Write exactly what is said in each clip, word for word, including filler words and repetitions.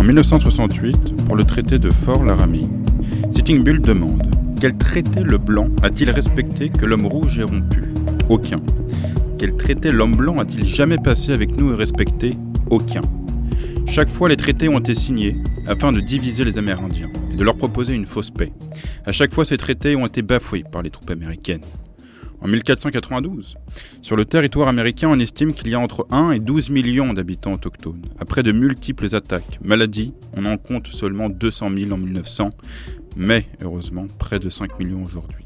mille neuf cent soixante-huit, pour le traité de Fort Laramie, Sitting Bull demande « Quel traité le blanc a-t-il respecté que l'homme rouge ait rompu ? Aucun. Quel traité l'homme blanc a-t-il jamais passé avec nous et respecté ? Aucun. Chaque fois, les traités ont été signés afin de diviser les Amérindiens et de leur proposer une fausse paix. À chaque fois, ces traités ont été bafoués par les troupes américaines. En mille quatre cent quatre-vingt-douze, sur le territoire américain, on estime qu'il y a entre un et douze millions d'habitants autochtones. Après de multiples attaques, maladies, on en compte seulement deux cent mille en mille neuf cents, mais heureusement près de cinq millions aujourd'hui.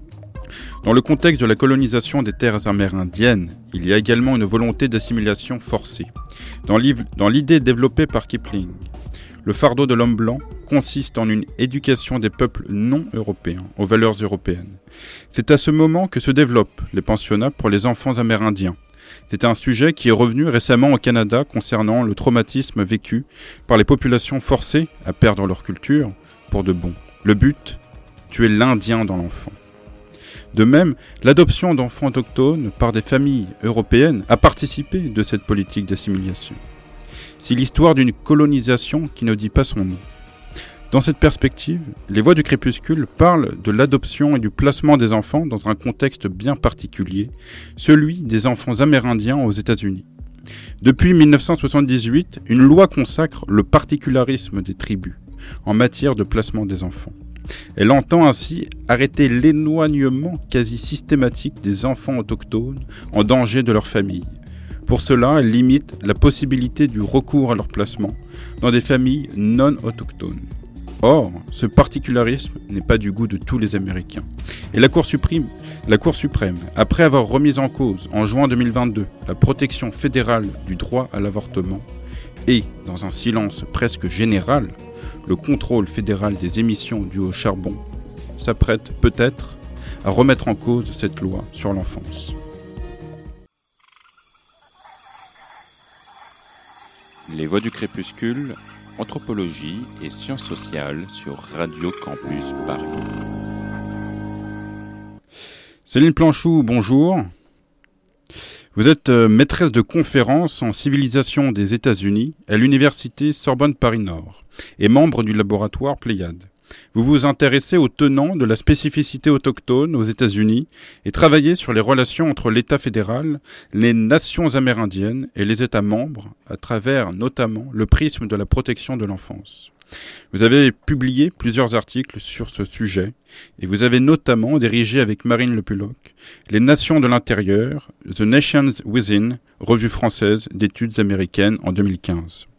Dans le contexte de la colonisation des terres amérindiennes, il y a également une volonté d'assimilation forcée. Dans l'idée développée par Kipling, le fardeau de l'homme blanc consiste en une éducation des peuples non européens aux valeurs européennes. C'est à ce moment que se développent les pensionnats pour les enfants amérindiens. C'est un sujet qui est revenu récemment au Canada concernant le traumatisme vécu par les populations forcées à perdre leur culture pour de bon. Le but, tuer l'Indien dans l'enfant. De même, l'adoption d'enfants autochtones par des familles européennes a participé de cette politique d'assimilation. C'est l'histoire d'une colonisation qui ne dit pas son nom. Dans cette perspective, les Voix du crépuscule parlent de l'adoption et du placement des enfants dans un contexte bien particulier, celui des enfants amérindiens aux États-Unis. Depuis mille neuf cent soixante-dix-huit, une loi consacre le particularisme des tribus en matière de placement des enfants. Elle entend ainsi arrêter l'éloignement quasi systématique des enfants autochtones en danger de leur famille. Pour cela, elle limite la possibilité du recours à leur placement dans des familles non autochtones. Or, ce particularisme n'est pas du goût de tous les Américains. Et la Cour suprême, la Cour suprême, après avoir remis en cause, en juin deux mille vingt-deux, la protection fédérale du droit à l'avortement et, dans un silence presque général, le contrôle fédéral des émissions dues au charbon, s'apprête peut-être à remettre en cause cette loi sur l'enfance. Les Voix du crépuscule, anthropologie et sciences sociales sur Radio Campus Paris. Céline Planchou, bonjour. Vous êtes maîtresse de conférences en civilisation des États-Unis à l'université Sorbonne Paris-Nord et membre du laboratoire Pléiade. Vous vous intéressez aux tenants de la spécificité autochtone aux États-Unis et travaillez sur les relations entre l'État fédéral, les nations amérindiennes et les États membres à travers notamment le prisme de la protection de l'enfance. Vous avez publié plusieurs articles sur ce sujet et vous avez notamment dirigé avec Marine Lepulloc Les Nations de l'Intérieur, The Nations Within, revue française d'études américaines en deux mille quinze.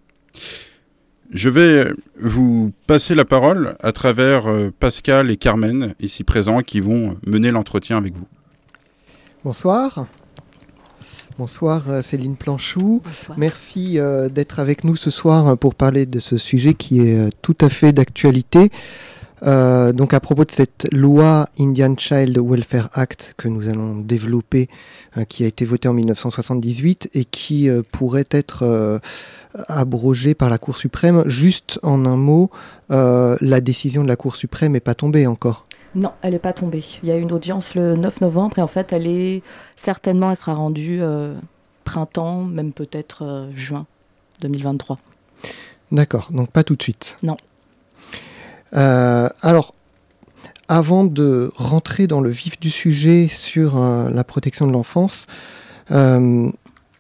Je vais vous passer la parole à travers Pascal et Carmen, ici présents, qui vont mener l'entretien avec vous. Bonsoir. Bonsoir Céline Planchou. Bonsoir. Merci euh, d'être avec nous ce soir pour parler de ce sujet qui est euh, tout à fait d'actualité. Euh, donc à propos de cette loi Indian Child Welfare Act que nous allons développer, euh, qui a été votée en dix-neuf cent soixante-dix-huit et qui euh, pourrait être euh, abrogée par la Cour suprême. Juste en un mot, euh, la décision de la Cour suprême n'est pas tombée encore. Non, elle n'est pas tombée. Il y a une audience le neuf novembre et en fait, elle est certainement, elle sera rendue euh, printemps, même peut-être euh, juin deux mille vingt-trois. D'accord, donc pas tout de suite. Non. Euh, alors, avant de rentrer dans le vif du sujet sur euh, la protection de l'enfance, euh,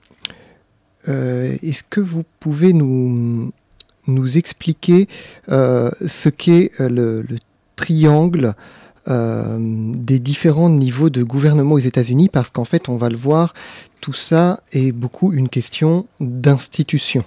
euh, est-ce que vous pouvez nous, nous expliquer euh, ce qu'est euh, le, le triangle euh, des différents niveaux de gouvernement aux États-Unis, parce qu'en fait, on va le voir, tout ça est beaucoup une question d'institution.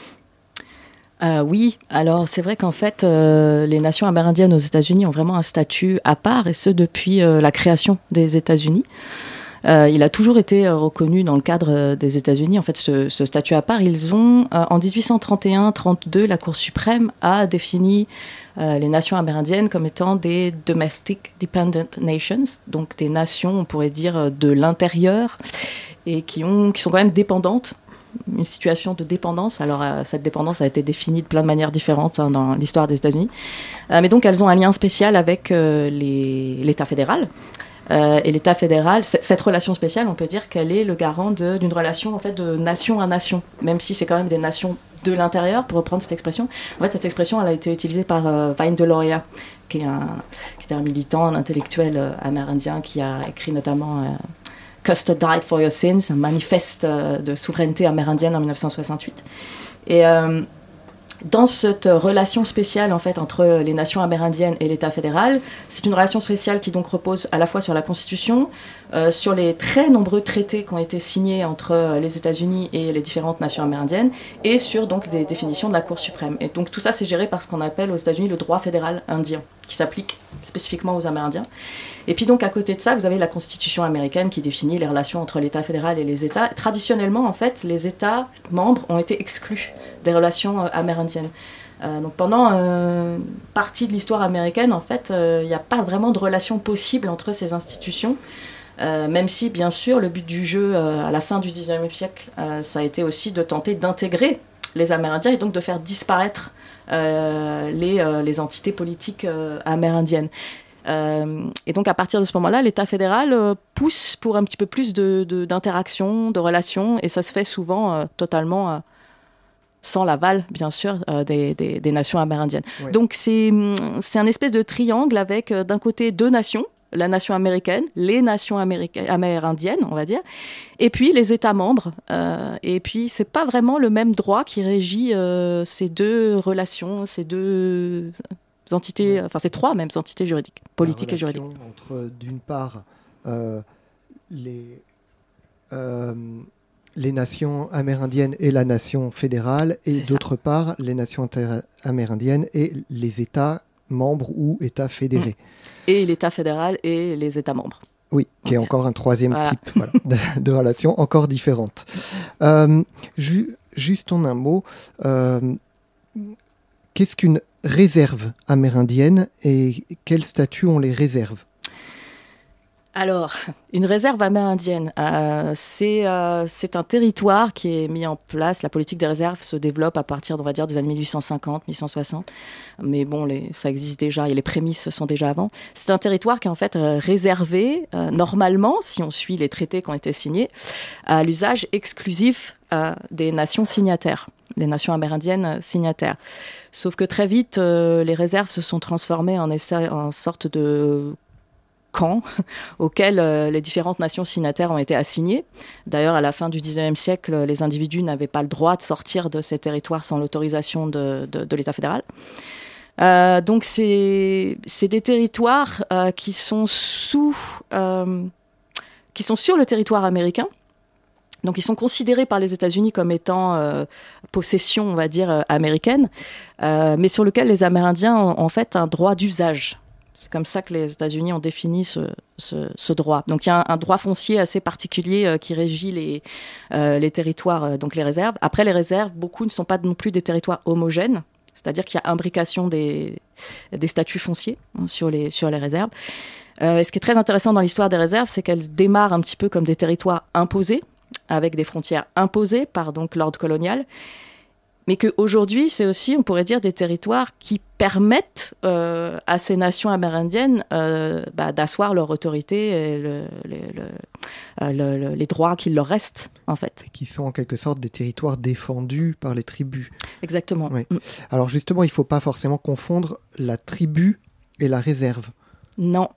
Euh, oui, alors c'est vrai qu'en fait, euh, les nations amérindiennes aux États-Unis ont vraiment un statut à part, et ce depuis euh, la création des États-Unis. Euh, il a toujours été euh, reconnu dans le cadre euh, des États-Unis, en fait, ce, ce statut à part. Ils ont, euh, en dix-huit cent trente et un trente-deux, la Cour suprême a défini euh, les nations amérindiennes comme étant des domestic dependent nations, donc des nations, on pourrait dire, de l'intérieur, et qui, ont, qui sont quand même dépendantes, une situation de dépendance. Alors, euh, cette dépendance a été définie de plein de manières différentes hein, dans l'histoire des États-Unis. Euh, mais donc, elles ont un lien spécial avec euh, les, l'État fédéral. Euh, et l'État fédéral, c- cette relation spéciale, on peut dire qu'elle est le garant de, d'une relation en fait, de nation à nation, même si c'est quand même des nations de l'intérieur, pour reprendre cette expression. En fait, cette expression, elle a été utilisée par euh, Vine Deloria, qui, est un, qui était un militant, un intellectuel euh, amérindien qui a écrit notamment euh, Custer Died for Your Sins, un manifeste euh, de souveraineté amérindienne en dix-neuf cent soixante-huit. Et euh, dans cette relation spéciale en fait entre les nations amérindiennes et l'État fédéral, c'est une relation spéciale qui donc repose à la fois sur la Constitution, euh, sur les très nombreux traités qui ont été signés entre les États-Unis et les différentes nations amérindiennes, et sur donc des définitions de la Cour suprême. Et donc tout ça c'est géré par ce qu'on appelle aux États-Unis le droit fédéral indien, qui s'applique spécifiquement aux Amérindiens. Et puis donc à côté de ça, vous avez la Constitution américaine qui définit les relations entre l'État fédéral et les États. Traditionnellement, en fait, les États membres ont été exclus des relations euh, amérindiennes. Euh, donc pendant euh, partie de l'histoire américaine, en fait, il euh, n'y a pas vraiment de relation possible entre ces institutions. Euh, même si, bien sûr, le but du jeu euh, à la fin du dix-neuvième siècle, euh, ça a été aussi de tenter d'intégrer les Amérindiens et donc de faire disparaître euh, les, euh, les entités politiques euh, amérindiennes. Euh, et donc à partir de ce moment-là, l'État fédéral euh, pousse pour un petit peu plus de, de, d'interaction, de relations, et ça se fait souvent euh, totalement euh, sans l'aval, bien sûr, euh, des, des, des nations amérindiennes. Ouais. Donc c'est, c'est un espèce de triangle avec euh, d'un côté deux nations, la nation américaine, les nations américaines, amérindiennes, on va dire, et puis les États membres. Euh, et puis c'est pas vraiment le même droit qui régit euh, ces deux relations, ces deux entités, enfin ces trois mêmes entités juridiques, politiques et juridiques. Entre d'une part euh, les euh, les nations amérindiennes et la nation fédérale, et c'est d'autre ça. part les nations inter- amérindiennes et les États membres ou États fédérés. Mmh. Et l'État fédéral et les États membres. Oui, qui est encore un troisième voilà. type voilà, de, de relation encore différente. Euh, ju- juste en un mot, euh, qu'est-ce qu'une réserve amérindienne et quel statut ont les réserves ? Alors, une réserve amérindienne, euh, c'est, euh, c'est un territoire qui est mis en place. La politique des réserves se développe à partir, on va dire, des années mille huit cent cinquante, mille huit cent soixante. Mais bon, les, ça existe déjà et les prémices sont déjà avant. C'est un territoire qui est en fait euh, réservé, euh, normalement, si on suit les traités qui ont été signés, à l'usage exclusif euh, des nations signataires, des nations amérindiennes signataires. Sauf que très vite, euh, les réserves se sont transformées en, essa- en sorte de camps auxquels euh, les différentes nations signataires ont été assignées. D'ailleurs, à la fin du dix-neuvième siècle, les individus n'avaient pas le droit de sortir de ces territoires sans l'autorisation de, de, de l'État fédéral. Euh, donc, c'est, c'est des territoires euh, qui sont sous, euh, qui sont sur le territoire américain. Donc, ils sont considérés par les États-Unis comme étant euh, possession, on va dire, euh, américaine, euh, mais sur lequel les Amérindiens ont en fait un droit d'usage. C'est comme ça que les États-Unis ont défini ce, ce, ce droit. Donc il y a un, un droit foncier assez particulier euh, qui régit les, euh, les territoires, euh, donc les réserves. Après, les réserves, beaucoup ne sont pas non plus des territoires homogènes, c'est-à-dire qu'il y a imbrication des, des statuts fonciers hein, sur, les, sur les réserves. Euh, et ce qui est très intéressant dans l'histoire des réserves, c'est qu'elles démarrent un petit peu comme des territoires imposés, avec des frontières imposées par donc, l'ordre colonial, mais qu'aujourd'hui, c'est aussi, on pourrait dire, des territoires qui permettent euh, à ces nations amérindiennes euh, bah, d'asseoir leur autorité et le, le, le, euh, le, le, les droits qu'il leur reste, en fait. Et qui sont en quelque sorte des territoires défendus par les tribus. Exactement. Oui. Mm. Alors justement, il ne faut pas forcément confondre la tribu et la réserve. Non,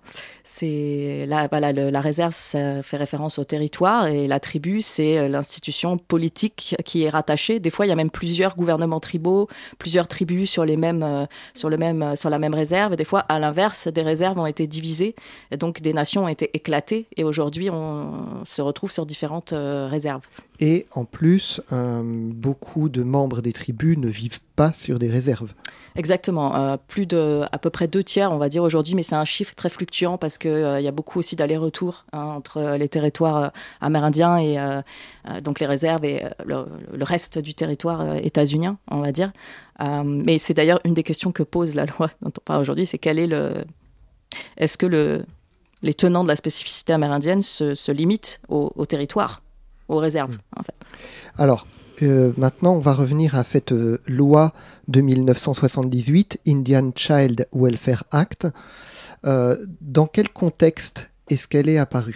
c'est là, voilà, le, la réserve, ça fait référence au territoire et la tribu, c'est l'institution politique qui est rattachée. Des fois, il y a même plusieurs gouvernements tribaux, plusieurs tribus sur les mêmes, euh, sur le même, euh, sur la même réserve. Et des fois, à l'inverse, des réserves ont été divisées, et donc des nations ont été éclatées. Et aujourd'hui, on se retrouve sur différentes euh, réserves. Et en plus, euh, beaucoup de membres des tribus ne vivent pas sur des réserves. Exactement, euh, plus de à peu près deux tiers, on va dire aujourd'hui, mais c'est un chiffre très fluctuant parce que euh, y a beaucoup aussi d'allers-retours hein, entre les territoires euh, amérindiens et euh, euh, donc les réserves et euh, le, le reste du territoire euh, états-unien, on va dire. Euh, mais c'est d'ailleurs une des questions que pose la loi dont on parle aujourd'hui, c'est quel est le, est-ce que le les tenants de la spécificité amérindienne se, se limitent au, au territoire, aux réserves, mmh. en fait. Alors. Euh, maintenant, on va revenir à cette euh, loi de dix-neuf cent soixante-dix-huit, Indian Child Welfare Act. Euh, dans quel contexte est-ce qu'elle est apparue ?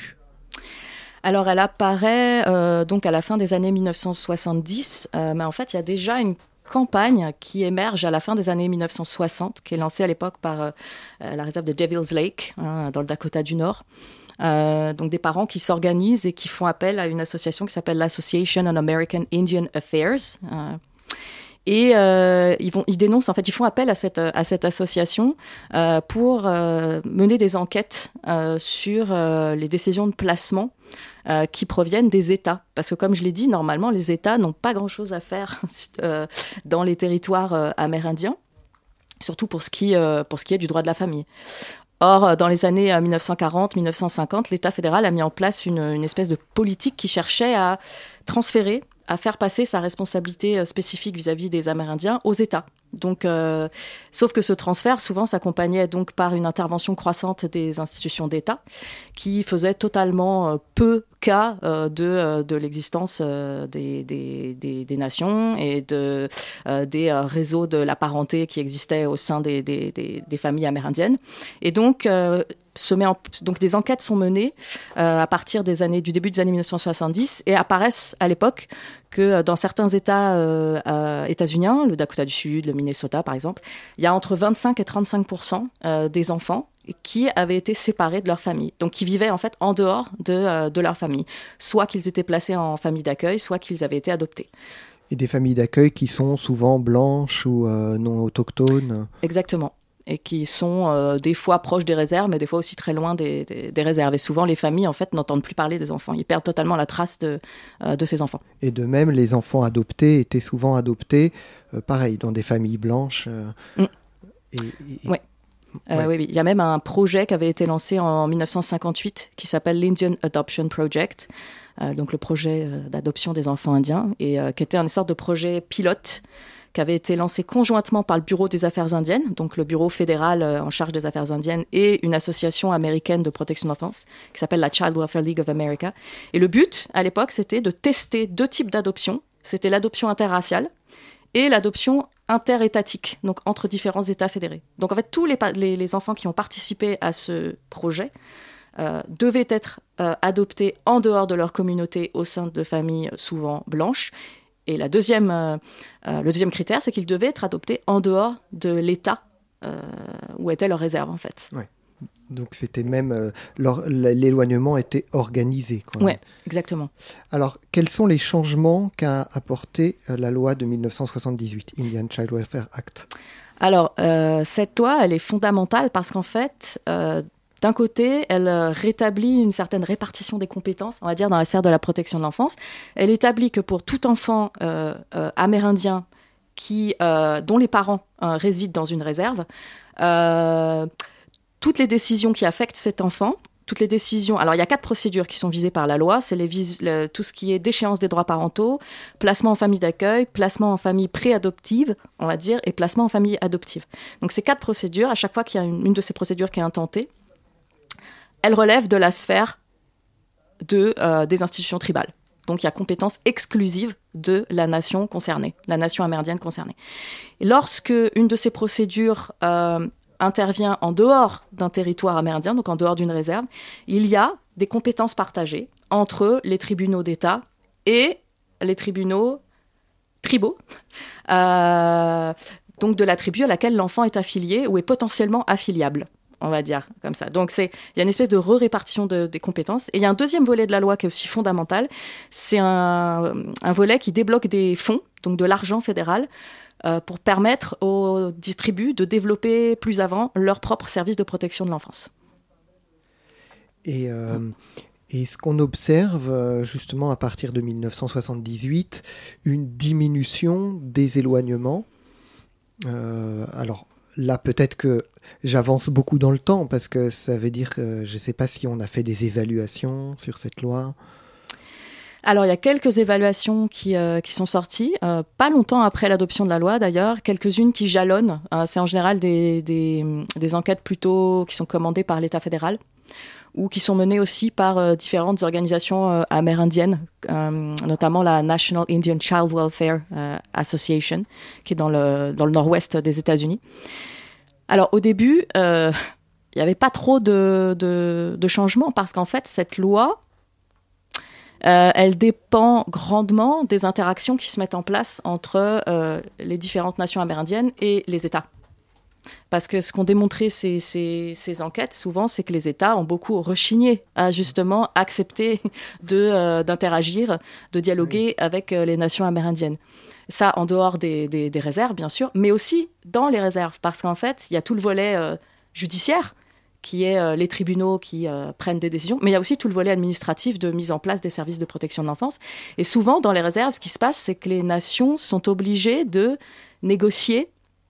Alors, elle apparaît euh, donc à la fin des années dix-neuf cent soixante-dix, euh, mais en fait, il y a déjà une campagne qui émerge à la fin des années mille neuf cent soixante, qui est lancée à l'époque par euh, la réserve de Devil's Lake, hein, dans le Dakota du Nord. Euh, donc des parents qui s'organisent et qui font appel à une association qui s'appelle l'Association on American Indian Affairs. Euh, et euh, ils, vont, ils dénoncent, en fait, ils font appel à cette, à cette association euh, pour euh, mener des enquêtes euh, sur euh, les décisions de placement Euh, qui proviennent des États. Parce que comme je l'ai dit, normalement, les États n'ont pas grand-chose à faire euh, dans les territoires euh, amérindiens, surtout pour ce, qui, euh, pour ce qui est du droit de la famille. Or, dans les années euh, mille neuf cent quarante mille neuf cent cinquante, l'État fédéral a mis en place une, une espèce de politique qui cherchait à transférer, à faire passer sa responsabilité euh, spécifique vis-à-vis des Amérindiens aux États. Donc, euh, sauf que ce transfert, souvent, s'accompagnait donc par une intervention croissante des institutions d'État qui faisaient totalement euh, peu cas euh, de, euh, de l'existence euh, des, des, des, des nations et de, euh, des euh, réseaux de la parenté qui existaient au sein des, des, des, des familles amérindiennes. Et donc, euh, se met en, donc des enquêtes sont menées euh, à partir des années, du début des années mille neuf cent soixante-dix et apparaissent à l'époque que dans certains États euh, euh, états-uniens, le Dakota du Sud, le Minnesota par exemple, il y a entre vingt-cinq et trente-cinq pour cent euh, des enfants qui avaient été séparés de leur famille, donc qui vivaient en fait en dehors de, euh, de leur famille, soit qu'ils étaient placés en famille d'accueil, soit qu'ils avaient été adoptés. Et des familles d'accueil qui sont souvent blanches ou euh, non autochtones. Exactement. Et qui sont euh, des fois proches des réserves, mais des fois aussi très loin des, des, des réserves. Et souvent, les familles, en fait, n'entendent plus parler des enfants. Ils perdent totalement la trace de, euh, de ces enfants. Et de même, les enfants adoptés étaient souvent adoptés, euh, pareil, dans des familles blanches. Euh, mm. et, et... Ouais. Euh, ouais. Oui, oui. Il y a même un projet qui avait été lancé en mille neuf cent cinquante-huit qui s'appelle l'Indian Adoption Project, euh, donc le projet euh, d'adoption des enfants indiens, et euh, qui était une sorte de projet pilote qui avait été lancé conjointement par le Bureau des Affaires indiennes, donc le bureau fédéral en charge des affaires indiennes, et une association américaine de protection de l'enfance qui s'appelle la Child Welfare League of America. Et le but, à l'époque, c'était de tester deux types d'adoption. C'était l'adoption interraciale et l'adoption interétatique, donc entre différents États fédérés. Donc en fait, tous les, les, les enfants qui ont participé à ce projet euh, devaient être euh, adoptés en dehors de leur communauté au sein de familles souvent blanches. Et la deuxième, euh, euh, le deuxième critère, c'est qu'ils devaient être adoptés en dehors de l'État euh, où était leur réserve, en fait. Ouais. Donc c'était même euh, leur, l'éloignement était organisé. Oui, exactement. Alors, quels sont les changements qu'a apporté euh, la loi de mille neuf cent soixante-dix-huit, Indian Child Welfare Act? Alors, euh, cette loi, elle est fondamentale parce qu'en fait, euh, d'un côté, elle rétablit une certaine répartition des compétences, on va dire, dans la sphère de la protection de l'enfance. Elle établit que pour tout enfant euh, euh, amérindien qui, euh, dont les parents euh, résident dans une réserve, euh, toutes les décisions qui affectent cet enfant, toutes les décisions... Alors, il y a quatre procédures qui sont visées par la loi. C'est les vis... le... tout ce qui est déchéance des droits parentaux, placement en famille d'accueil, placement en famille pré-adoptive, on va dire, et placement en famille adoptive. Donc, ces quatre procédures, à chaque fois qu'il y a une, une de ces procédures qui est intentée, elle relève de la sphère de, euh, des institutions tribales. Donc, il y a compétence exclusive de la nation concernée, la nation amérindienne concernée. Et lorsque une de ces procédures euh, intervient en dehors d'un territoire amérindien, donc en dehors d'une réserve, il y a des compétences partagées entre les tribunaux d'État et les tribunaux tribaux, euh, donc de la tribu à laquelle l'enfant est affilié ou est potentiellement affiliable, on va dire comme ça. Donc, c'est, il y a une espèce de re-répartition de, des compétences. Et il y a un deuxième volet de la loi qui est aussi fondamental. C'est un, un volet qui débloque des fonds, donc de l'argent fédéral, euh, pour permettre aux tribus de développer plus avant leur propre service de protection de l'enfance. Et, euh, et ce qu'on observe, justement, à partir de mille neuf cent soixante-dix-huit, une diminution des éloignements. Euh, alors, là, peut-être que j'avance beaucoup dans le temps, parce que ça veut dire que je ne sais pas si on a fait des évaluations sur cette loi. Alors, il y a quelques évaluations qui, euh, qui sont sorties, euh, pas longtemps après l'adoption de la loi d'ailleurs, quelques-unes qui jalonnent. Euh, c'est en général des, des, des enquêtes plutôt qui sont commandées par l'État fédéral ou qui sont menées aussi par euh, différentes organisations euh, amérindiennes, euh, notamment la National Indian Child Welfare euh, Association, qui est dans le, dans le nord-ouest des États-Unis. Alors, au début, euh, il n'y avait pas trop de, de, de changements parce qu'en fait, cette loi, euh, elle dépend grandement des interactions qui se mettent en place entre euh, les différentes nations amérindiennes et les États. Parce que ce qu'ont démontré ces, ces, ces enquêtes, souvent, c'est que les États ont beaucoup rechigné à justement accepter de, euh, d'interagir, de dialoguer oui. avec euh, les nations amérindiennes. Ça, en dehors des, des, des réserves, bien sûr, mais aussi dans les réserves. Parce qu'en fait, il y a tout le volet euh, judiciaire, qui est euh, les tribunaux qui euh, prennent des décisions, mais il y a aussi tout le volet administratif de mise en place des services de protection de l'enfance. Et souvent, dans les réserves, ce qui se passe, c'est que les nations sont obligées de négocier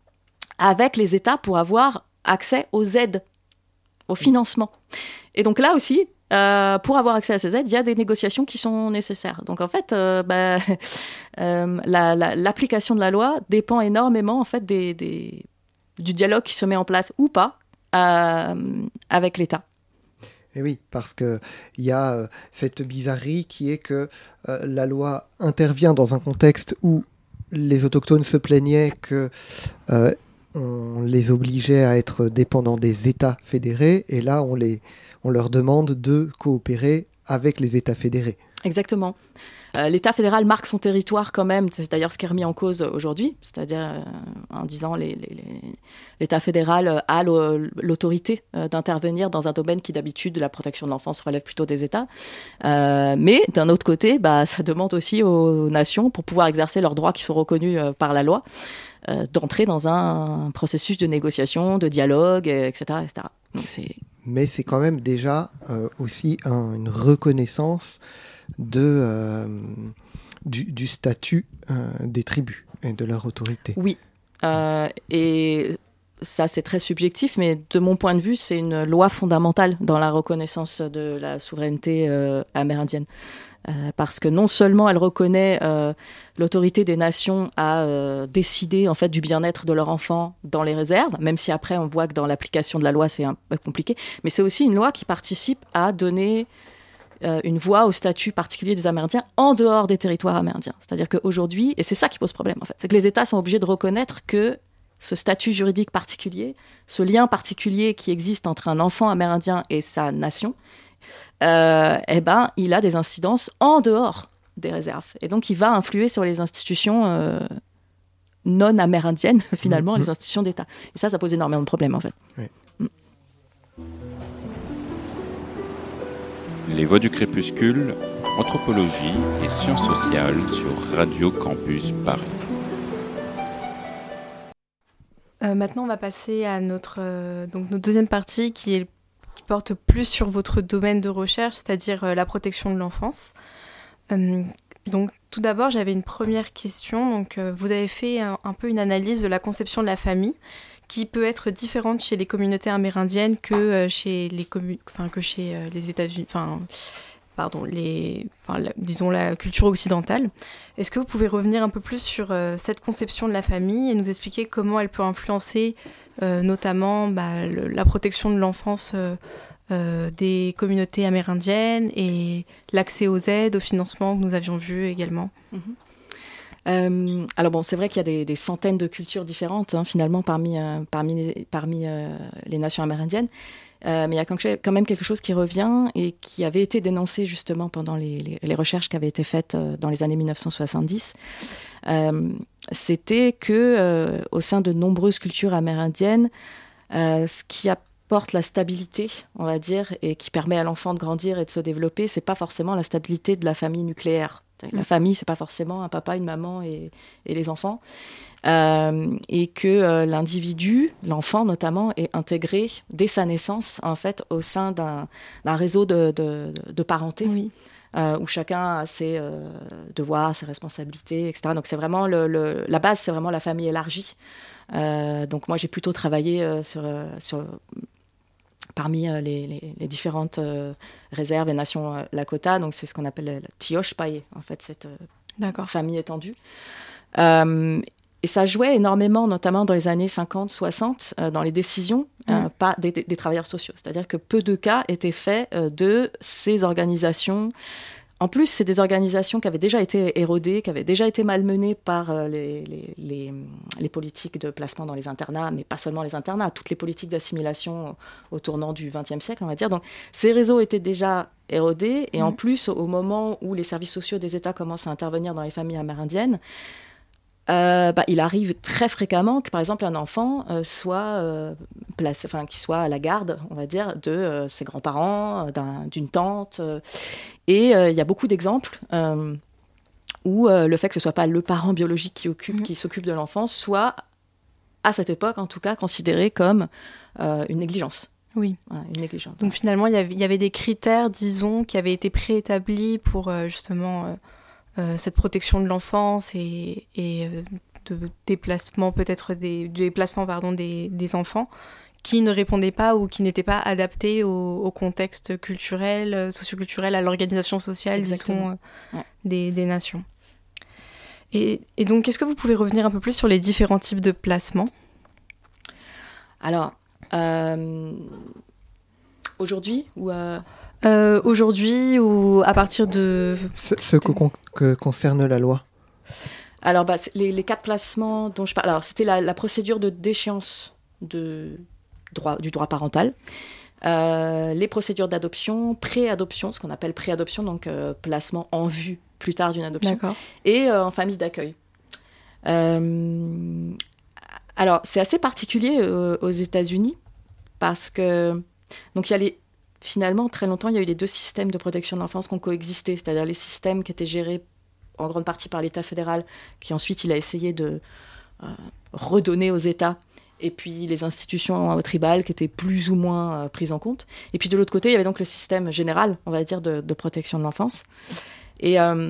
avec les États pour avoir accès aux aides, au financement. Et donc là aussi, euh, pour avoir accès à ces aides, il y a des négociations qui sont nécessaires. Donc en fait, euh, bah, euh, la, la, l'application de la loi dépend énormément en fait, des, des, du dialogue qui se met en place ou pas euh, avec l'État. Et oui, parce qu'il y a euh, cette bizarrerie qui est que euh, la loi intervient dans un contexte où les autochtones se plaignaient que euh, on les obligeait à être dépendants des États fédérés, et là, on, les, on leur demande de coopérer avec les États fédérés. Exactement. Euh, L'État fédéral marque son territoire quand même, c'est d'ailleurs ce qui est remis en cause aujourd'hui, c'est-à-dire euh, en disant les, les, les, l'État fédéral a l'autorité euh, d'intervenir dans un domaine qui d'habitude, la protection de l'enfance relève plutôt des États. Euh, mais d'un autre côté, bah, ça demande aussi aux nations, pour pouvoir exercer leurs droits qui sont reconnus euh, par la loi, euh, d'entrer dans un, un processus de négociation, de dialogue, et cetera et cetera. Donc, c'est... Mais c'est quand même déjà euh, aussi un, une reconnaissance de, euh, du, du statut euh, des tribus et de leur autorité. Oui, euh, et ça c'est très subjectif, mais de mon point de vue, c'est une loi fondamentale dans la reconnaissance de la souveraineté euh, amérindienne. Euh, parce que non seulement elle reconnaît euh, l'autorité des nations à euh, décider en fait du bien-être de leurs enfants dans les réserves, même si après on voit que dans l'application de la loi c'est un peu compliqué, mais c'est aussi une loi qui participe à donner euh, une voix au statut particulier des Amérindiens en dehors des territoires amérindiens. C'est-à-dire qu'aujourd'hui, et c'est ça qui pose problème en fait, c'est que les États sont obligés de reconnaître que ce statut juridique particulier, ce lien particulier qui existe entre un enfant amérindien et sa nation, Euh, eh ben, il a des incidences en dehors des réserves. Et donc, il va influer sur les institutions euh, non amérindiennes, finalement, mmh. les institutions d'État. Et ça, ça pose énormément de problèmes, en fait. Oui. Mmh. Les Voix du Crépuscule, anthropologie et sciences sociales sur Radio Campus Paris. Euh, maintenant, on va passer à notre, euh, donc notre deuxième partie qui est qui porte plus sur votre domaine de recherche, c'est-à-dire euh, la protection de l'enfance. Euh, donc, tout d'abord, j'avais une première question. Donc, euh, vous avez fait un, un peu une analyse de la conception de la famille, qui peut être différente chez les communautés amérindiennes que euh, chez les commu- enfin que chez euh, les États-Unis, enfin, pardon, les, enfin, la, disons la culture occidentale. Est-ce que vous pouvez revenir un peu plus sur euh, cette conception de la famille et nous expliquer comment elle peut influencer Euh, notamment bah, le, la protection de l'enfance euh, euh, des communautés amérindiennes et l'accès aux aides, au financement que nous avions vu également. Mmh. Euh, alors bon, c'est vrai qu'il y a des, des centaines de cultures différentes hein, finalement parmi, euh, parmi, les, parmi euh, les nations amérindiennes, euh, mais il y a quand même quelque chose qui revient et qui avait été dénoncé justement pendant les, les, les recherches qui avaient été faites euh, dans les années mille neuf cent soixante-dix. Euh, c'était que euh, au sein de nombreuses cultures amérindiennes, euh, ce qui apporte la stabilité, on va dire, et qui permet à l'enfant de grandir et de se développer, c'est pas forcément la stabilité de la famille nucléaire. La famille, c'est pas forcément un papa, une maman et, et les enfants, euh, et que euh, l'individu, l'enfant notamment, est intégré dès sa naissance en fait au sein d'un, d'un réseau de, de, de parenté. Oui. Euh, où chacun a ses euh, devoirs, ses responsabilités, et cetera. Donc c'est vraiment le, le, la base, c'est vraiment la famille élargie. Euh, donc moi j'ai plutôt travaillé euh, sur, euh, sur parmi euh, les, les, les différentes euh, réserves et nations euh, Lakota. Donc c'est ce qu'on appelle le Tioche Paye, en fait cette euh, famille étendue. Euh, Et ça jouait énormément, notamment dans les années cinquante soixante, euh, dans les décisions mmh. euh, pas des, des travailleurs sociaux. C'est-à-dire que peu de cas étaient faits euh, de ces organisations En plus, c'est des organisations qui avaient déjà été érodées, qui avaient déjà été malmenées par euh, les, les, les, les politiques de placement dans les internats, mais pas seulement les internats, toutes les politiques d'assimilation au, au tournant du vingtième siècle, on va dire. Donc, ces réseaux étaient déjà érodés, et mmh. en plus, au moment où les services sociaux des États commencent à intervenir dans les familles amérindiennes, Euh, bah, il arrive très fréquemment que, par exemple, un enfant euh, soit euh, placé, enfin, qu'il soit à la garde, on va dire, de euh, ses grands-parents, d'un, d'une tante. Euh, et il euh, y a beaucoup d'exemples euh, où euh, le fait que ce soit pas le parent biologique qui occupe, mmh. qui s'occupe de l'enfant, soit, à cette époque, en tout cas, considéré comme euh, une négligence. Oui. Voilà, une négligence. Donc finalement, il y, y avait des critères, disons, qui avaient été préétablis pour euh, justement. Euh... Euh, cette protection de l'enfance et, et euh, de déplacement, peut-être des, de déplacement pardon, des, des enfants qui ne répondaient pas ou qui n'étaient pas adaptés au, au contexte culturel, socioculturel, à l'organisation sociale, disons, euh, ouais. des, des nations. Et, et donc, est-ce que vous pouvez revenir un peu plus sur les différents types de placements ? Alors, euh, aujourd'hui ou euh... Euh, aujourd'hui ou à partir de... Ce, ce que, con, que concerne la loi. Alors, bah, les, les quatre placements dont je parle... Alors, c'était la, la procédure de déchéance de droit, du droit parental, euh, les procédures d'adoption, pré-adoption, ce qu'on appelle pré-adoption, donc euh, placement en vue plus tard d'une adoption, D'accord. et euh, en famille d'accueil. Euh, alors, c'est assez particulier euh, aux États-Unis, parce que... Donc, il y a les... Finalement, très longtemps, il y a eu les deux systèmes de protection de l'enfance qui ont coexisté, c'est-à-dire les systèmes qui étaient gérés en grande partie par l'État fédéral, qui ensuite il a essayé de euh, redonner aux États, et puis les institutions euh, tribales qui étaient plus ou moins euh, prises en compte. Et puis de l'autre côté, il y avait donc le système général, on va dire, de, de protection de l'enfance. Et euh,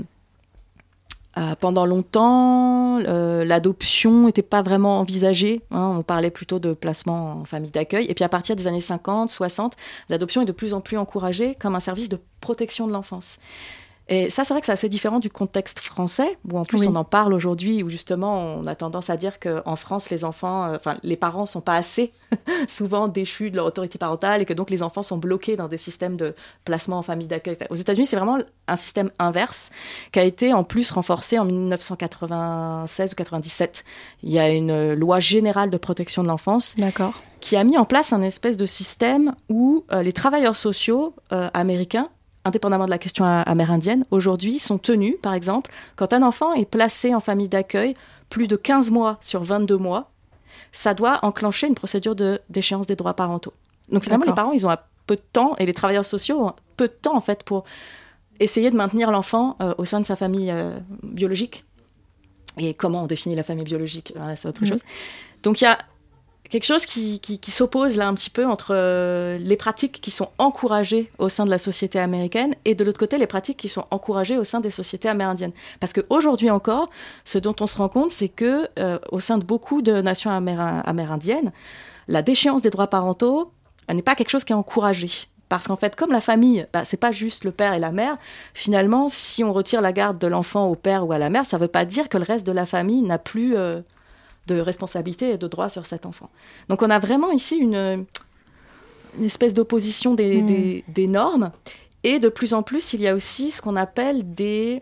euh, pendant longtemps, euh, l'adoption n'était pas vraiment envisagée. Hein, on parlait plutôt de placement en famille d'accueil. Et puis à partir des années cinquante, soixante, l'adoption est de plus en plus encouragée comme un service de protection de l'enfance. Et ça, c'est vrai que c'est assez différent du contexte français, où en plus oui. on en parle aujourd'hui, où justement on a tendance à dire qu'en France, les enfants, euh, enfin les parents sont pas assez souvent déchus de leur autorité parentale et que donc les enfants sont bloqués dans des systèmes de placement en famille d'accueil. Aux États-Unis, c'est vraiment un système inverse qui a été en plus renforcé en dix-neuf cent quatre-vingt-seize ou quatre-vingt-dix-sept. Il y a une loi générale de protection de l'enfance D'accord. qui a mis en place un espèce de système où euh, les travailleurs sociaux euh, américains, indépendamment de la question amérindienne, aujourd'hui sont tenus, par exemple, quand un enfant est placé en famille d'accueil plus de quinze mois sur vingt-deux mois, ça doit enclencher une procédure de déchéance des droits parentaux. Donc finalement, D'accord. les parents, ils ont un peu de temps, et les travailleurs sociaux ont peu de temps, en fait, pour essayer de maintenir l'enfant euh, au sein de sa famille euh, biologique. Et comment on définit la famille biologique, voilà, c'est autre mmh. chose. Donc il y a quelque chose qui, qui, qui s'oppose là un petit peu entre euh, les pratiques qui sont encouragées au sein de la société américaine et de l'autre côté les pratiques qui sont encouragées au sein des sociétés amérindiennes. Parce qu'aujourd'hui encore, ce dont on se rend compte, c'est que euh, au sein de beaucoup de nations améri- amérindiennes, la déchéance des droits parentaux n'est pas quelque chose qui est encouragé. Parce qu'en fait, comme la famille, bah, c'est pas juste le père et la mère, finalement, si on retire la garde de l'enfant au père ou à la mère, ça veut pas dire que le reste de la famille n'a plus... Euh, de responsabilité et de droit sur cet enfant. Donc on a vraiment ici une, une espèce d'opposition des, mmh. des, des normes, et de plus en plus, il y a aussi ce qu'on appelle des,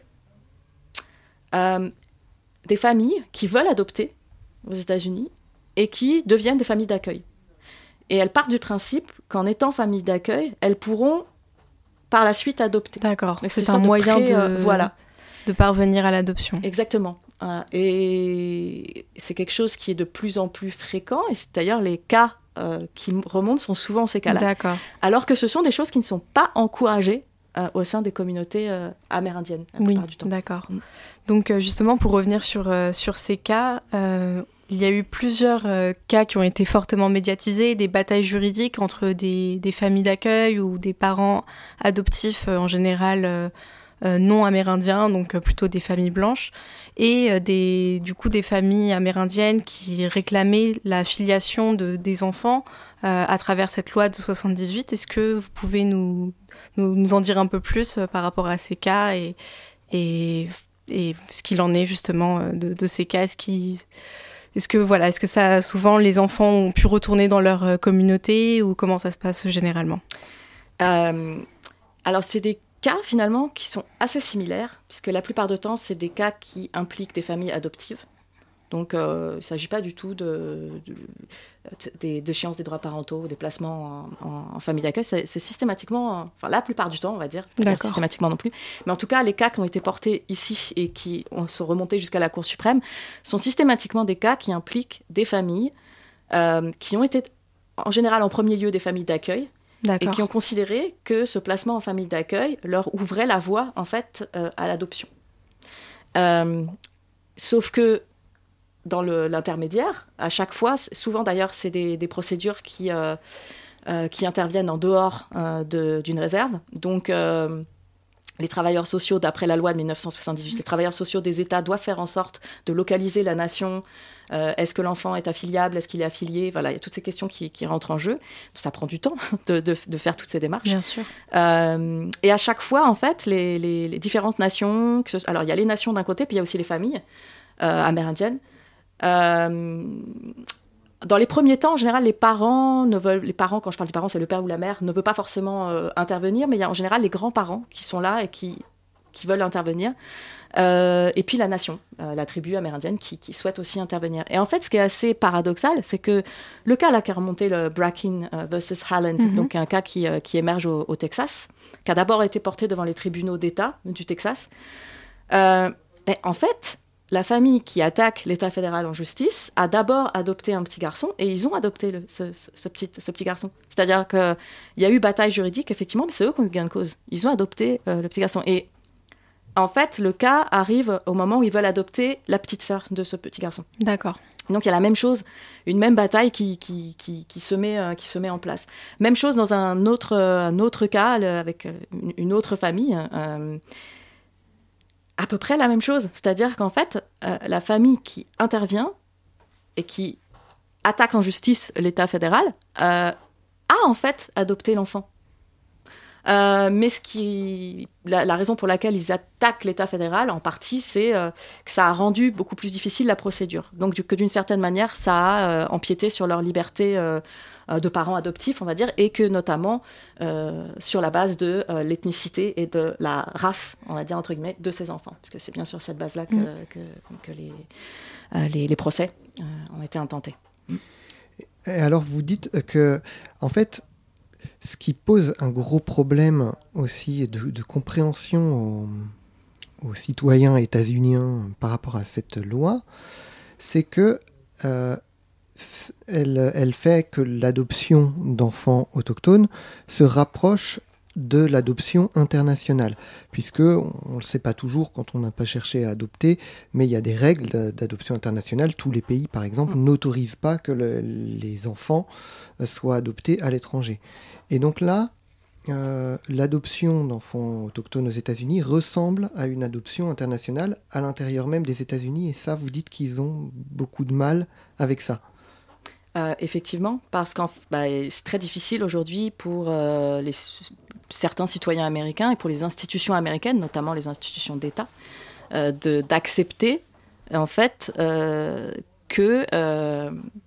euh, des familles qui veulent adopter aux États-Unis et qui deviennent des familles d'accueil. Et elles partent du principe qu'en étant famille d'accueil, elles pourront par la suite adopter. D'accord, mais c'est un moyen de, euh, voilà. de parvenir à l'adoption. Exactement. Et c'est quelque chose qui est de plus en plus fréquent, et c'est d'ailleurs les cas euh, qui remontent sont souvent ces cas-là. D'accord. Alors que ce sont des choses qui ne sont pas encouragées euh, au sein des communautés euh, amérindiennes la oui, plupart du temps. D'accord. Mm. Donc euh, justement, pour revenir sur, euh, sur ces cas, euh, il y a eu plusieurs euh, cas qui ont été fortement médiatisés, des batailles juridiques entre des, des familles d'accueil ou des parents adoptifs euh, en général euh, euh, non amérindiens, donc euh, plutôt des familles blanches, et euh, des, du coup des familles amérindiennes qui réclamaient la filiation de, des enfants euh, à travers cette loi de soixante-dix-huit. Est-ce que vous pouvez nous, nous, nous en dire un peu plus euh, par rapport à ces cas et, et, et ce qu'il en est justement euh, de, de ces cas? Est-ce, qui, est-ce que voilà, est-ce que ça, souvent les enfants ont pu retourner dans leur euh, communauté, ou comment ça se passe généralement? euh, Alors c'est des cas, finalement, qui sont assez similaires, puisque la plupart du temps, c'est des cas qui impliquent des familles adoptives. Donc, euh, il ne s'agit pas du tout de, de, de, d'échéance des droits parentaux, des placements en, en, en famille d'accueil. C'est, c'est systématiquement, enfin la plupart du temps, on va dire, pas systématiquement non plus. Mais en tout cas, les cas qui ont été portés ici et qui ont, sont remontés jusqu'à la Cour suprême sont systématiquement des cas qui impliquent des familles euh, qui ont été, en général, en premier lieu, des familles d'accueil. D'accord. Et qui ont considéré que ce placement en famille d'accueil leur ouvrait la voie, en fait, euh, à l'adoption. Euh, sauf que dans le, l'intermédiaire, à chaque fois, souvent d'ailleurs, c'est des, des procédures qui, euh, euh, qui interviennent en dehors euh, de, d'une réserve. Donc, euh, les travailleurs sociaux, d'après la loi de dix-neuf cent soixante-dix-huit, les travailleurs sociaux des États doivent faire en sorte de localiser la nation. Euh, est-ce que l'enfant est affiliable? Est-ce qu'il est affilié? Voilà, il y a toutes ces questions qui, qui rentrent en jeu. Ça prend du temps de, de, de faire toutes ces démarches. Bien sûr. Euh, et à chaque fois, en fait, les, les, les différentes nations... Que ce, alors, il y a les nations d'un côté, puis il y a aussi les familles euh, amérindiennes. Euh, dans les premiers temps, en général, les parents ne veulent, les parents, quand je parle des parents, c'est le père ou la mère, ne veut pas forcément euh, intervenir, mais il y a en général les grands-parents qui sont là et qui, qui veulent intervenir. Euh, et puis la nation, euh, la tribu amérindienne qui, qui souhaite aussi intervenir. Et en fait, ce qui est assez paradoxal, c'est que le cas là qui a remonté, le Bracken euh, versus Haaland, mm-hmm. donc un cas qui, euh, qui émerge au, au Texas, qui a d'abord été porté devant les tribunaux d'État du Texas. Euh, et en fait, la famille qui attaque l'État fédéral en justice a d'abord adopté un petit garçon, et ils ont adopté le, ce, ce, ce, petit, ce petit garçon. C'est-à-dire qu'il y a eu bataille juridique, effectivement, mais c'est eux qui ont eu gain de cause. Ils ont adopté euh, le petit garçon. Et en fait, le cas arrive au moment où ils veulent adopter la petite sœur de ce petit garçon. D'accord. Donc il y a la même chose, une même bataille qui, qui, qui, qui, se, met, euh, qui se met en place. Même chose dans un autre, euh, un autre cas, le, avec une, une autre famille. Euh, à peu près la même chose. C'est-à-dire qu'en fait, euh, la famille qui intervient et qui attaque en justice l'État fédéral euh, a en fait adopté l'enfant. Euh, mais ce qui, la, la raison pour laquelle ils attaquent l'État fédéral, en partie, c'est euh, que ça a rendu beaucoup plus difficile la procédure. Donc du, que d'une certaine manière, ça a euh, empiété sur leur liberté euh, de parents adoptifs, on va dire, et que notamment euh, sur la base de euh, l'ethnicité et de la race, on va dire entre guillemets, de ces enfants. Parce que c'est bien sur cette base-là que, mmh. que, que les, euh, les, les procès euh, ont été intentés. Mmh. Et alors vous dites que, en fait, ce qui pose un gros problème aussi de, de compréhension aux, aux citoyens états-uniens par rapport à cette loi, c'est que euh, elle, elle fait que l'adoption d'enfants autochtones se rapproche de l'adoption internationale, puisque on ne le sait pas toujours quand on n'a pas cherché à adopter, mais il y a des règles d'adoption internationale. Tous les pays, par exemple, n'autorisent pas que le, les enfants soient adoptés à l'étranger. Et donc là, euh, l'adoption d'enfants autochtones aux États-Unis ressemble à une adoption internationale à l'intérieur même des États-Unis, et ça, vous dites qu'ils ont beaucoup de mal avec ça. Euh, effectivement, parce que bah, c'est très difficile aujourd'hui pour euh, les, certains citoyens américains et pour les institutions américaines, notamment les institutions d'État, euh, de, d'accepter en fait euh, que euh,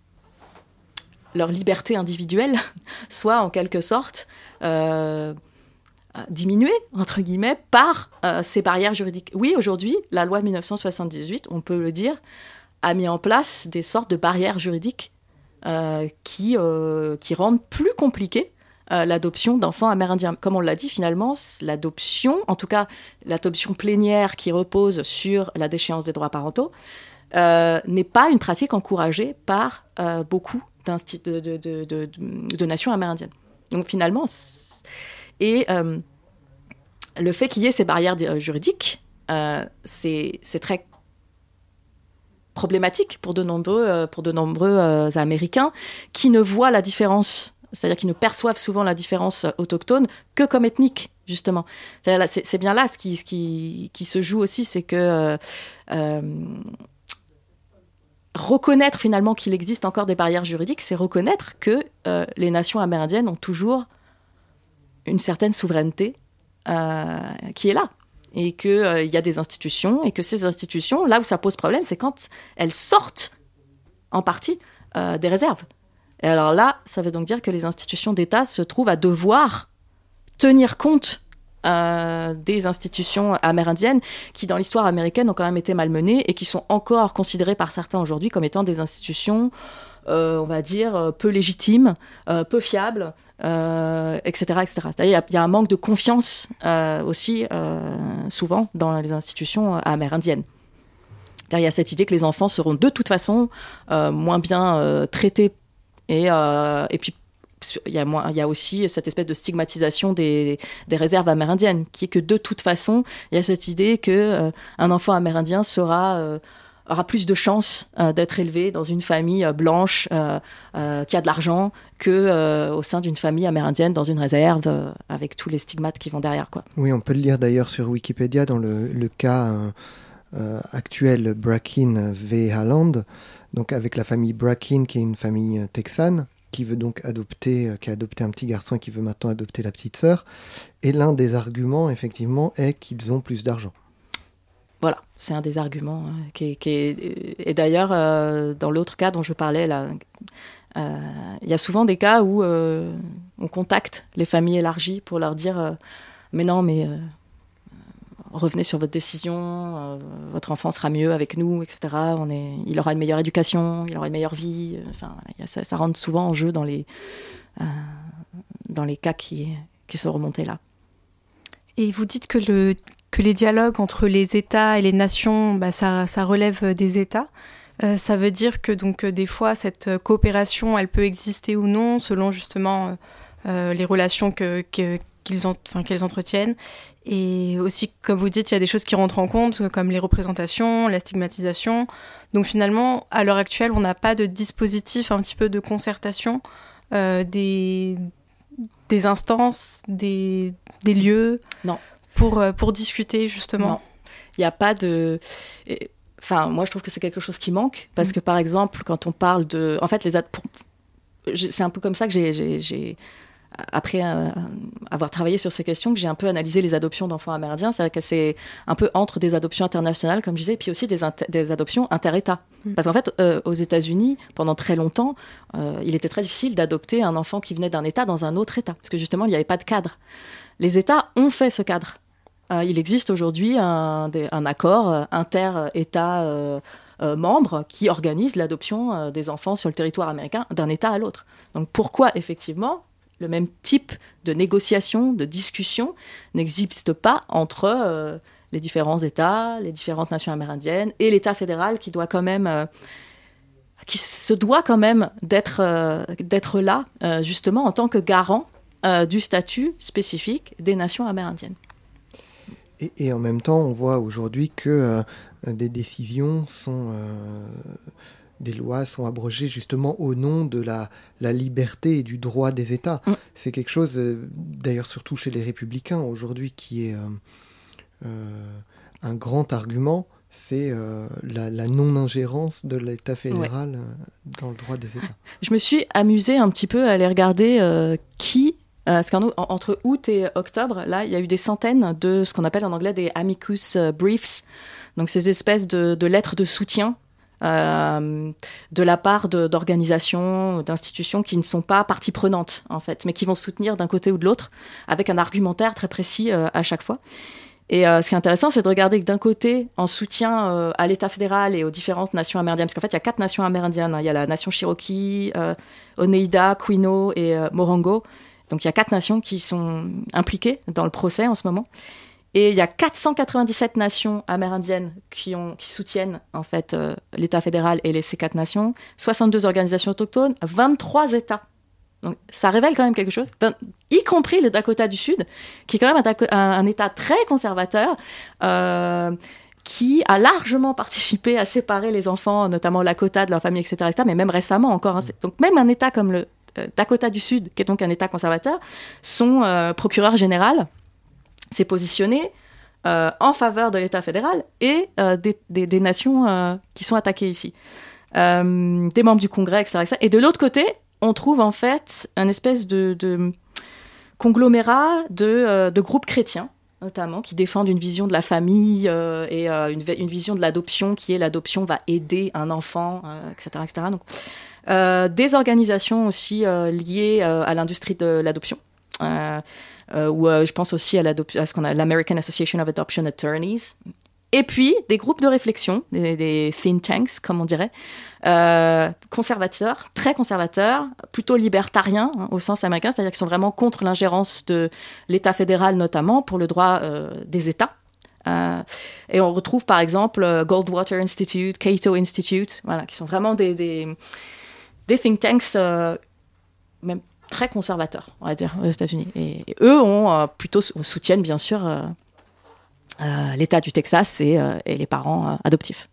leur liberté individuelle soit en quelque sorte euh, diminuée, entre guillemets, par euh, ces barrières juridiques. Oui, aujourd'hui, la loi de dix-neuf cent soixante-dix-huit, on peut le dire, a mis en place des sortes de barrières juridiques Euh, qui, euh, qui rendent plus compliqué euh, l'adoption d'enfants amérindiens. Comme on l'a dit, finalement, l'adoption, en tout cas l'adoption plénière qui repose sur la déchéance des droits parentaux, euh, n'est pas une pratique encouragée par euh, beaucoup de, de, de, de, de nations amérindiennes. Donc finalement, et euh, le fait qu'il y ait ces barrières juridiques, euh, c'est, c'est très problématique pour de nombreux, euh, pour de nombreux euh, Américains qui ne voient la différence, c'est-à-dire qui ne perçoivent souvent la différence autochtone que comme ethnique, justement. C'est, c'est, c'est bien là ce qui, ce qui, qui se joue aussi, c'est que euh, euh, reconnaître finalement qu'il existe encore des barrières juridiques, c'est reconnaître que euh, les nations amérindiennes ont toujours une certaine souveraineté euh, qui est là. Et qu'il euh, y a des institutions, et que ces institutions, là où ça pose problème, c'est quand elles sortent, en partie, euh, des réserves. Et alors là, ça veut donc dire que les institutions d'État se trouvent à devoir tenir compte euh, des institutions amérindiennes qui, dans l'histoire américaine, ont quand même été malmenées et qui sont encore considérées par certains aujourd'hui comme étant des institutions, euh, on va dire, peu légitimes, euh, peu fiables, euh, et cetera, et cetera. C'est-à-dire qu'il y, y a un manque de confiance euh, aussi, euh, souvent, dans les institutions amérindiennes. Il y a cette idée que les enfants seront de toute façon euh, moins bien euh, traités. Et, euh, et puis, il y, a moins, il y a aussi cette espèce de stigmatisation des, des réserves amérindiennes, qui est que de toute façon, il y a cette idée qu'un euh, enfant amérindien sera, euh, aura plus de chances euh, d'être élevé dans une famille euh, blanche euh, euh, qui a de l'argent qu'au euh, sein d'une famille amérindienne dans une réserve, euh, avec tous les stigmates qui vont derrière, quoi. Oui, on peut le lire d'ailleurs sur Wikipédia dans le, le cas... Euh... Euh, actuel Bracken v. Haaland, donc avec la famille Bracken qui est une famille euh, texane qui veut donc adopter, euh, qui a adopté un petit garçon et qui veut maintenant adopter la petite sœur. Et l'un des arguments effectivement est qu'ils ont plus d'argent. Voilà, c'est un des arguments euh, qui, est, qui est, et d'ailleurs euh, dans l'autre cas dont je parlais là, il euh, y a souvent des cas où euh, on contacte les familles élargies pour leur dire euh, mais non mais euh, revenez sur votre décision, euh, votre enfant sera mieux avec nous, et cetera. On est, il aura une meilleure éducation, il aura une meilleure vie. Enfin, y a, ça, ça rentre souvent en jeu dans les, euh, dans les cas qui, qui sont remontés là. Et vous dites que, le, que les dialogues entre les États et les nations, bah, ça, ça relève des États. Euh, ça veut dire que donc, des fois, cette coopération, elle peut exister ou non, selon justement euh, les relations que, que, qu'ils ont, enfin, qu'elles entretiennent. Et aussi, comme vous dites, il y a des choses qui rentrent en compte, comme les représentations, la stigmatisation. Donc finalement, à l'heure actuelle, on n'a pas de dispositif un petit peu de concertation euh, des, des instances, des, des lieux non. Pour, pour discuter, justement. Non, il n'y a pas de... Enfin, moi, je trouve que c'est quelque chose qui manque, parce mmh. que, par exemple, quand on parle de... En fait, les ad... pour... c'est un peu comme ça que j'ai... j'ai, j'ai... après euh, avoir travaillé sur ces questions, que j'ai un peu analysé les adoptions d'enfants amérindiens. C'est-à-dire que c'est un peu entre des adoptions internationales, comme je disais, et puis aussi des, inter- des adoptions inter-États. Mmh. Parce qu'en fait, euh, aux États-Unis, pendant très longtemps, euh, il était très difficile d'adopter un enfant qui venait d'un État dans un autre État, parce que justement, il n'y avait pas de cadre. Les États ont fait ce cadre. Euh, il existe aujourd'hui un, des, un accord euh, inter-État euh, euh, membre qui organise l'adoption euh, des enfants sur le territoire américain d'un État à l'autre. Donc pourquoi, effectivement, le même type de négociation, de discussion n'existe pas entre euh, les différents États, les différentes nations amérindiennes et l'État fédéral qui doit quand même, euh, qui se doit quand même d'être, euh, d'être là, euh, justement, en tant que garant euh, du statut spécifique des nations amérindiennes. Et, et en même temps, on voit aujourd'hui que euh, des décisions sont... Euh, des lois sont abrogées justement au nom de la, la liberté et du droit des États. Mm. C'est quelque chose, euh, d'ailleurs surtout chez les républicains aujourd'hui, qui est euh, euh, un grand argument, c'est euh, la, la non-ingérence de l'État fédéral ouais. euh, dans le droit des États. Je me suis amusée un petit peu à aller regarder euh, qui... Euh, parce qu'entre août et octobre, là, il y a eu des centaines de ce qu'on appelle en anglais des amicus briefs, donc ces espèces de, de lettres de soutien euh, de la part de, d'organisations, d'institutions qui ne sont pas partie prenante, en fait, mais qui vont soutenir d'un côté ou de l'autre, avec un argumentaire très précis euh, à chaque fois. Et euh, ce qui est intéressant, c'est de regarder que d'un côté, en soutien euh, à l'État fédéral et aux différentes nations amérindiennes, parce qu'en fait, il y a quatre nations amérindiennes, hein. Il y a la nation Cherokee, euh, Oneida, Quinault et euh, Morongo. Donc il y a quatre nations qui sont impliquées dans le procès en ce moment. Et il y a quatre cent quatre-vingt-dix-sept nations amérindiennes qui, ont, qui soutiennent en fait, euh, l'État fédéral et les, ces quatre nations, soixante-deux organisations autochtones, vingt-trois États. Donc ça révèle quand même quelque chose, ben, y compris le Dakota du Sud, qui est quand même un, un, un État très conservateur, euh, qui a largement participé à séparer les enfants, notamment Lakota, de leur famille, et cetera, et cetera, mais même récemment encore. Hein, donc même un État comme le Dakota du Sud, qui est donc un État conservateur, son euh, procureur général s'est positionné euh, en faveur de l'État fédéral et euh, des, des, des nations euh, qui sont attaquées ici. Euh, des membres du Congrès, et cetera, et cetera. Et de l'autre côté, on trouve en fait un espèce de, de conglomérat de, euh, de groupes chrétiens, notamment, qui défendent une vision de la famille euh, et euh, une, une vision de l'adoption, qui est l'adoption va aider un enfant, euh, et cetera, et cetera. Donc, Euh, des organisations aussi euh, liées euh, à l'industrie de l'adoption. Euh, euh, ou euh, je pense aussi à, à ce qu'on a l'American Association of Adoption Attorneys. Et puis, des groupes de réflexion, des, des think tanks, comme on dirait, euh, conservateurs, très conservateurs, plutôt libertariens, hein, au sens américain, c'est-à-dire qu'ils sont vraiment contre l'ingérence de l'État fédéral, notamment pour le droit euh, des États. Euh, et on retrouve, par exemple, Goldwater Institute, Cato Institute, voilà, qui sont vraiment des, des, des think tanks, euh, même très conservateurs, on va dire, aux États-Unis. Et, et eux ont, euh, plutôt soutiennent, bien sûr, euh, Euh, l'État du Texas et, euh, et les parents euh, adoptifs.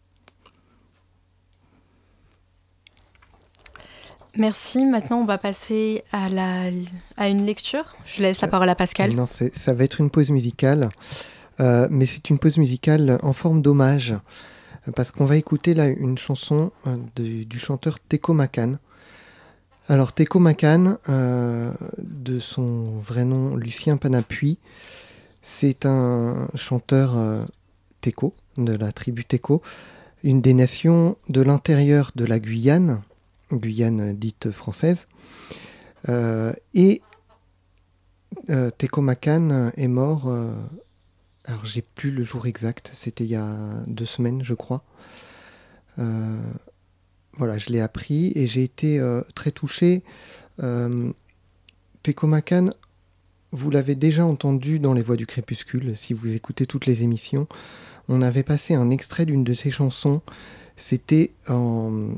Merci. Maintenant, on va passer à, la, à une lecture. Je laisse la parole à Pascal. Non, c'est, ça va être une pause musicale, euh, mais c'est une pause musicale en forme d'hommage, parce qu'on va écouter là une chanson euh, de, du chanteur Teko Makan. Alors, Teko Makan, euh, de son vrai nom Lucien Panapuy, c'est un chanteur euh, Teko, de la tribu Teko, une des nations de l'intérieur de la Guyane, Guyane dite française. Euh, et euh, Teko Makan est mort, euh, alors j'ai plus le jour exact, c'était il y a deux semaines je crois. Euh, voilà, je l'ai appris et j'ai été euh, très touché. Euh, Teko Makan, vous l'avez déjà entendu dans Les Voix du Crépuscule, si vous écoutez toutes les émissions. On avait passé un extrait d'une de ses chansons. C'était en,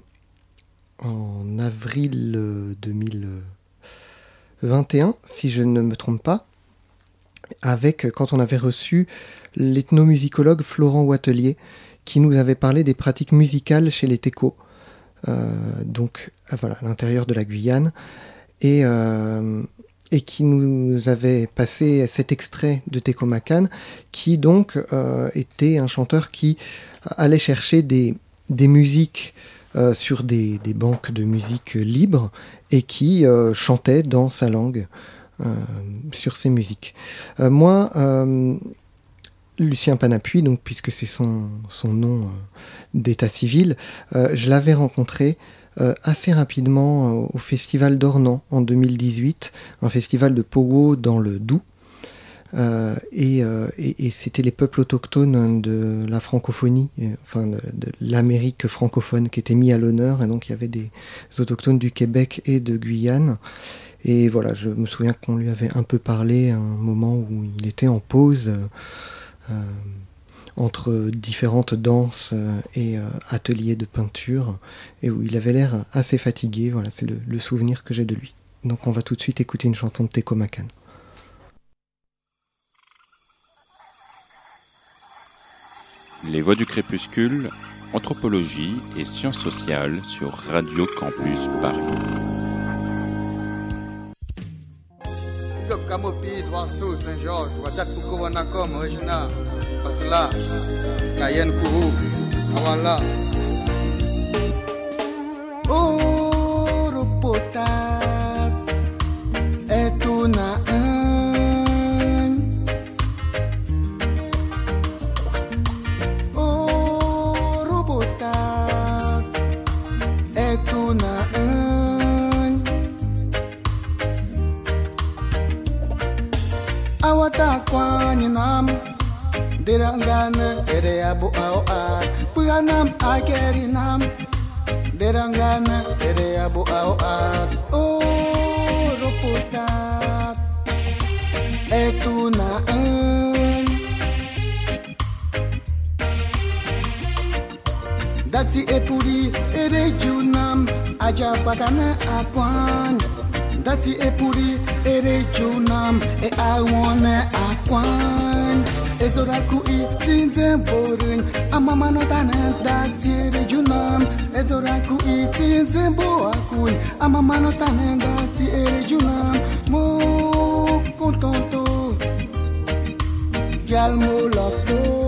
en avril deux mille vingt et un, si je ne me trompe pas, avec, quand on avait reçu l'ethnomusicologue Florent Watelier, qui nous avait parlé des pratiques musicales chez les Teko, euh, donc voilà, à l'intérieur de la Guyane. Et... Euh, et qui nous avait passé cet extrait de Teko Makan, qui donc euh, était un chanteur qui allait chercher des, des musiques euh, sur des, des banques de musique libres et qui euh, chantait dans sa langue euh, sur ces musiques. Euh, moi, euh, Lucien Panapuy, donc, puisque c'est son, son nom euh, d'état civil, euh, je l'avais rencontré Euh, assez rapidement euh, au festival d'Ornans en deux mille dix-huit, un festival de pogo dans le Doubs, euh, et, euh, et, et c'était les peuples autochtones de la francophonie, et, enfin de, de l'Amérique francophone qui était mis à l'honneur, et donc il y avait des autochtones du Québec et de Guyane, et voilà, je me souviens qu'on lui avait un peu parlé à un moment où il était en pause euh, euh, entre différentes danses et ateliers de peinture, et où il avait l'air assez fatigué. Voilà, c'est le, le souvenir que j'ai de lui. Donc on va tout de suite écouter une chanson de Teko Makan. Les Voix du Crépuscule, anthropologie et sciences sociales sur Radio Campus Paris. Camopi, Doissou, Saint-Georges, Ouadjat-Poukou, Wanakom, Regina, Pasla, Cayenne, Kourou, Awala. Oh, Ropota, et tout na un. Oh, Ropota, et tout na un. Awata kwani nam derangana ere abu au a puyanam akeri nam derangana ere abu au a oh roputa etuna an dati epuri ere junam aja pakana akwan dati epuri ere junam e I wanna akwan ezoraku I tinze borin amama no tanen dati ere junam ezoraku I tinze boakun amama no tanen dati ere junam mo contonto gal mo love to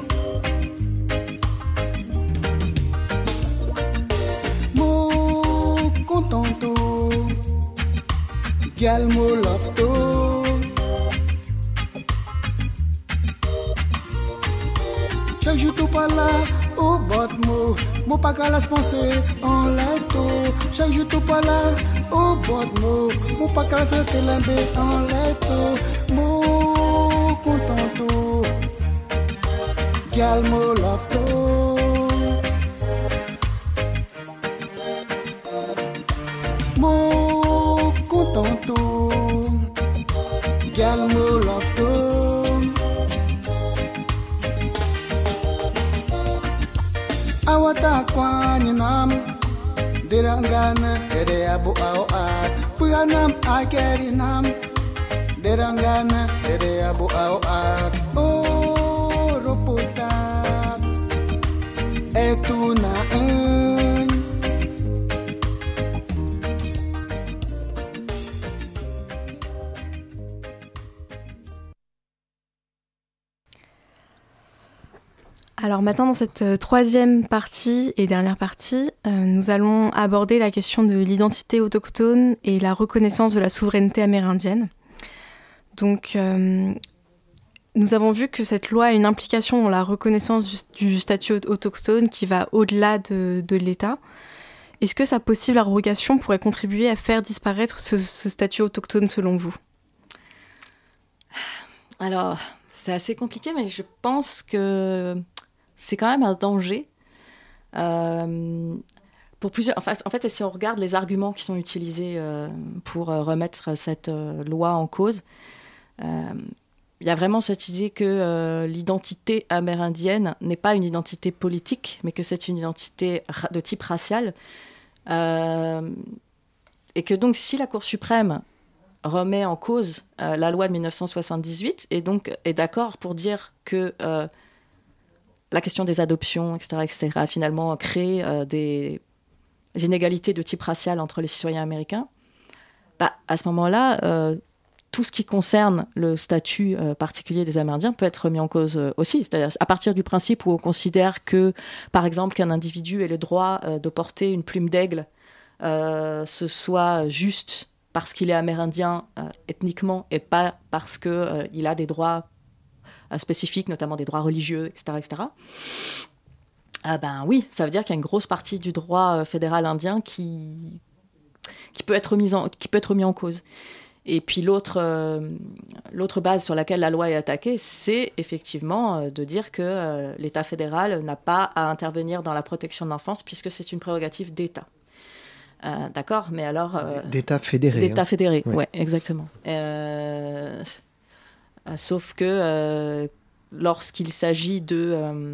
mo contonto gal mo love to chaque jour tu parles au bot mo, mo pas qu'à la penser en letto. Chaque jour tout pas là, au bot mo, mo pas qu'à la traiter l'embé en letto. Mo content tout, gal mo love tout. Mo content tout, gal mo love tout. Awata kwani nam derangana tere abu ao a puyanam akeri nam derangana tere abu ao a o roputa etuna un. Alors maintenant, dans cette euh, troisième partie et dernière partie, euh, nous allons aborder la question de l'identité autochtone et la reconnaissance de la souveraineté amérindienne. Donc, euh, nous avons vu que cette loi a une implication dans la reconnaissance du, du statut autochtone qui va au-delà de, de l'État. Est-ce que sa possible abrogation pourrait contribuer à faire disparaître ce, ce statut autochtone selon vous ? Alors, c'est assez compliqué, mais je pense que c'est quand même un danger. Euh, pour plusieurs, en fait, en fait, si on regarde les arguments qui sont utilisés euh, pour euh, remettre cette euh, loi en cause, il euh, y a vraiment cette idée que euh, l'identité amérindienne n'est pas une identité politique, mais que c'est une identité ra- de type racial. Euh, et que donc, si la Cour suprême remet en cause euh, la loi de dix-neuf cent soixante-dix-huit et donc est d'accord pour dire que euh, la question des adoptions, et cetera, et cetera, finalement crée euh, des inégalités de type racial entre les citoyens américains, bah, à ce moment-là, euh, tout ce qui concerne le statut euh, particulier des Amérindiens peut être remis en cause euh, aussi. C'est-à-dire à partir du principe où on considère que, par exemple, qu'un individu ait le droit euh, de porter une plume d'aigle, euh, ce soit juste parce qu'il est amérindien euh, ethniquement et pas parce qu'il euh, a des droits euh, spécifiques, notamment des droits religieux, et cetera, et cetera. Ah ben oui, ça veut dire qu'il y a une grosse partie du droit euh, fédéral indien qui, qui, peut être mis en, qui peut être mis en cause. Et puis l'autre, euh, l'autre base sur laquelle la loi est attaquée, c'est effectivement euh, de dire que euh, l'État fédéral n'a pas à intervenir dans la protection de l'enfance puisque c'est une prérogative d'État. Euh, d'accord, mais alors... Euh, D'État fédéré. D'État hein. fédéré, oui, Ouais. ouais, exactement. Euh, euh, sauf que euh, lorsqu'il s'agit de... Euh,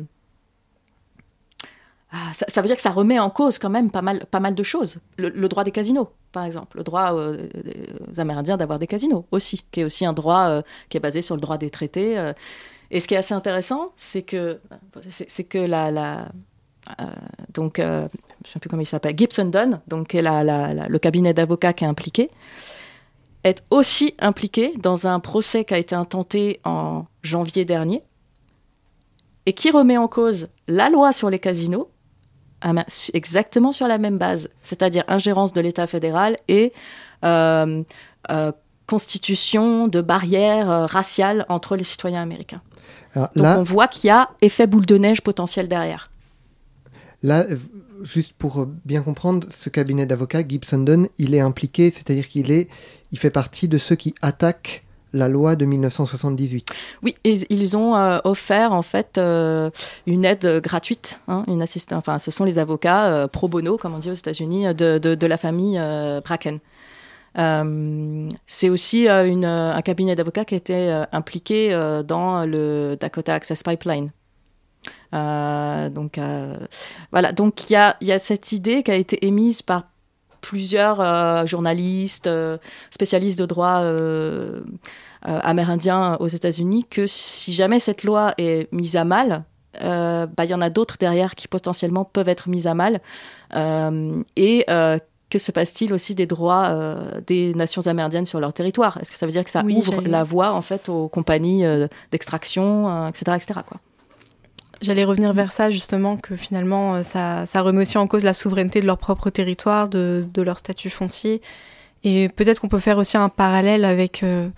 ah, ça, ça veut dire que ça remet en cause quand même pas mal, pas mal de choses. Le, le droit des casinos, par exemple. Le droit euh, des Amérindiens d'avoir des casinos aussi, qui est aussi un droit euh, qui est basé sur le droit des traités. Euh. Et ce qui est assez intéressant, c'est que, c'est, c'est que la... la Euh, donc, euh, je ne sais plus comment il s'appelle, Gibson Dunn, donc qui est la, la, la, le cabinet d'avocats qui est impliqué, est aussi impliqué dans un procès qui a été intenté en janvier dernier et qui remet en cause la loi sur les casinos exactement sur la même base, c'est-à-dire ingérence de l'État fédéral et euh, euh, constitution de barrières euh, raciales entre les citoyens américains. Alors, donc là... on voit qu'il y a effet boule de neige potentiel derrière. Là, juste pour bien comprendre, ce cabinet d'avocats, Gibson Dunn, il est impliqué, c'est-à-dire qu'il est, il fait partie de ceux qui attaquent la loi de dix-neuf cent soixante-dix-huit. Oui, ils, ils ont euh, offert en fait euh, une aide gratuite, hein, une assistance. Enfin, ce sont les avocats euh, pro bono, comme on dit aux États-Unis, de, de, de la famille euh, Bracken. Euh, c'est aussi euh, une, un cabinet d'avocats qui a été euh, impliqué euh, dans le Dakota Access Pipeline. Euh, donc euh, voilà, donc il y a, y a cette idée qui a été émise par plusieurs euh, journalistes, euh, spécialistes de droit euh, euh, amérindiens aux États-Unis, que si jamais cette loi est mise à mal, euh, bah, y en a d'autres derrière qui potentiellement peuvent être mises à mal. Euh, et euh, que se passe-t-il aussi des droits euh, des nations amérindiennes sur leur territoire ? Est-ce que ça veut dire que ça oui, ouvre j'allais... la voie en fait aux compagnies euh, d'extraction, euh, et cetera, et cetera, quoi. J'allais revenir vers ça, justement, que finalement, ça, ça remet aussi en cause la souveraineté de leur propre territoire, de, de leur statut foncier. Et peut-être qu'on peut faire aussi un parallèle avec euh,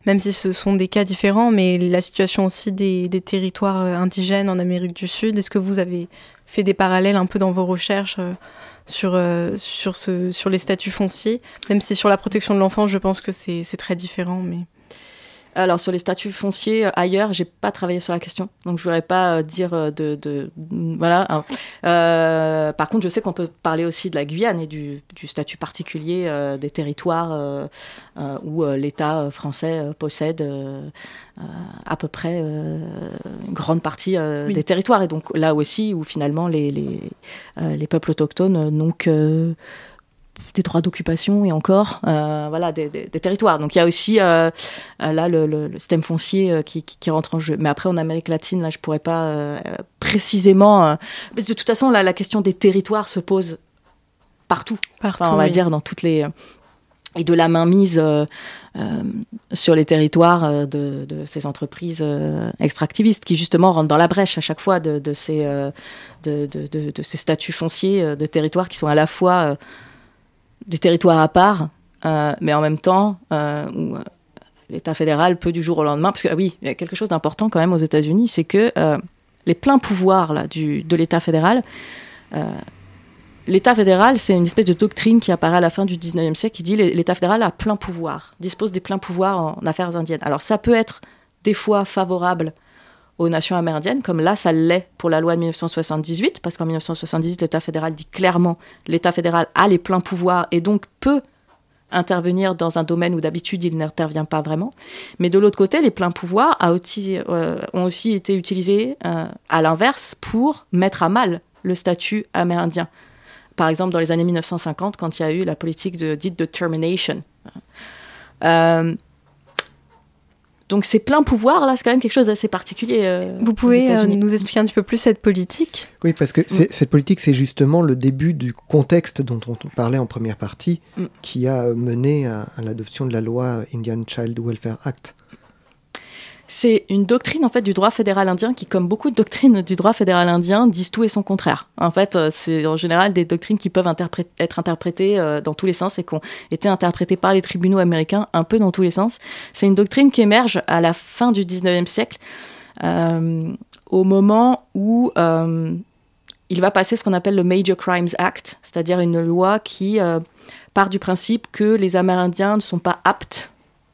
même si ce sont des cas différents, mais la situation aussi des, des territoires indigènes en Amérique du Sud. Est-ce que vous avez fait des parallèles un peu dans vos recherches euh, sur, euh, sur, ce, sur les statuts fonciers, même si sur la protection de l'enfance, je pense que c'est, c'est très différent, mais... Alors sur les statuts fonciers euh, ailleurs, j'ai pas travaillé sur la question, donc je voudrais pas euh, dire euh, de, de, de voilà. Hein. Euh, par contre, je sais qu'on peut parler aussi de la Guyane et du, du statut particulier euh, des territoires euh, euh, où euh, l'État français euh, possède euh, euh, à peu près euh, une grande partie euh, oui. des territoires, et donc là aussi où finalement les les, euh, les peuples autochtones n'ont que des droits d'occupation et encore euh, voilà des, des, des territoires. Donc il y a aussi euh, là le, le, le système foncier euh, qui, qui, qui rentre en jeu. Mais après en Amérique latine, là je pourrais pas euh, précisément. Euh, parce que de toute façon là, la question des territoires se pose partout. Partout enfin, on va oui. dire dans toutes les et de la mainmise euh, euh, sur les territoires euh, de, de ces entreprises euh, extractivistes qui justement rentrent dans la brèche à chaque fois de, de ces euh, de, de, de, de ces statuts fonciers euh, de territoires qui sont à la fois euh, des territoires à part, euh, mais en même temps, euh, où euh, l'État fédéral peut du jour au lendemain, parce que ah oui, il y a quelque chose d'important quand même aux États-Unis, c'est que euh, les pleins pouvoirs là, du, de l'État fédéral, euh, l'État fédéral, c'est une espèce de doctrine qui apparaît à la fin du dix-neuvième siècle, qui dit que l'État fédéral a plein pouvoir, dispose des pleins pouvoirs en, en affaires indiennes. Alors ça peut être des fois favorable aux nations amérindiennes, comme là, ça l'est pour la loi de dix-neuf cent soixante-dix-huit, parce qu'en dix-neuf cent soixante-dix-huit, l'État fédéral dit clairement que l'État fédéral a les pleins pouvoirs et donc peut intervenir dans un domaine où d'habitude il n'intervient pas vraiment. Mais de l'autre côté, les pleins pouvoirs a aussi, euh, ont aussi été utilisés euh, à l'inverse pour mettre à mal le statut amérindien. Par exemple, dans les années dix-neuf cent cinquante, quand il y a eu la politique de, dite de termination. Euh, Donc ces pleins pouvoirs, là, c'est quand même quelque chose d'assez particulier. Euh, Vous pouvez euh, nous expliquer un petit peu plus cette politique ? Oui, parce que c'est, cette politique, c'est justement le début du contexte dont on parlait en première partie, mm. qui a mené à, à l'adoption de la loi Indian Child Welfare Act. C'est une doctrine en fait du droit fédéral indien qui, comme beaucoup de doctrines du droit fédéral indien, disent tout et son contraire. En fait, c'est en général des doctrines qui peuvent interpré- être interprétées euh, dans tous les sens et qui ont été interprétées par les tribunaux américains un peu dans tous les sens. C'est une doctrine qui émerge à la fin du dix-neuvième siècle, euh, au moment où euh, il va passer ce qu'on appelle le Major Crimes Act, c'est-à-dire une loi qui euh, part du principe que les Amérindiens ne sont pas aptes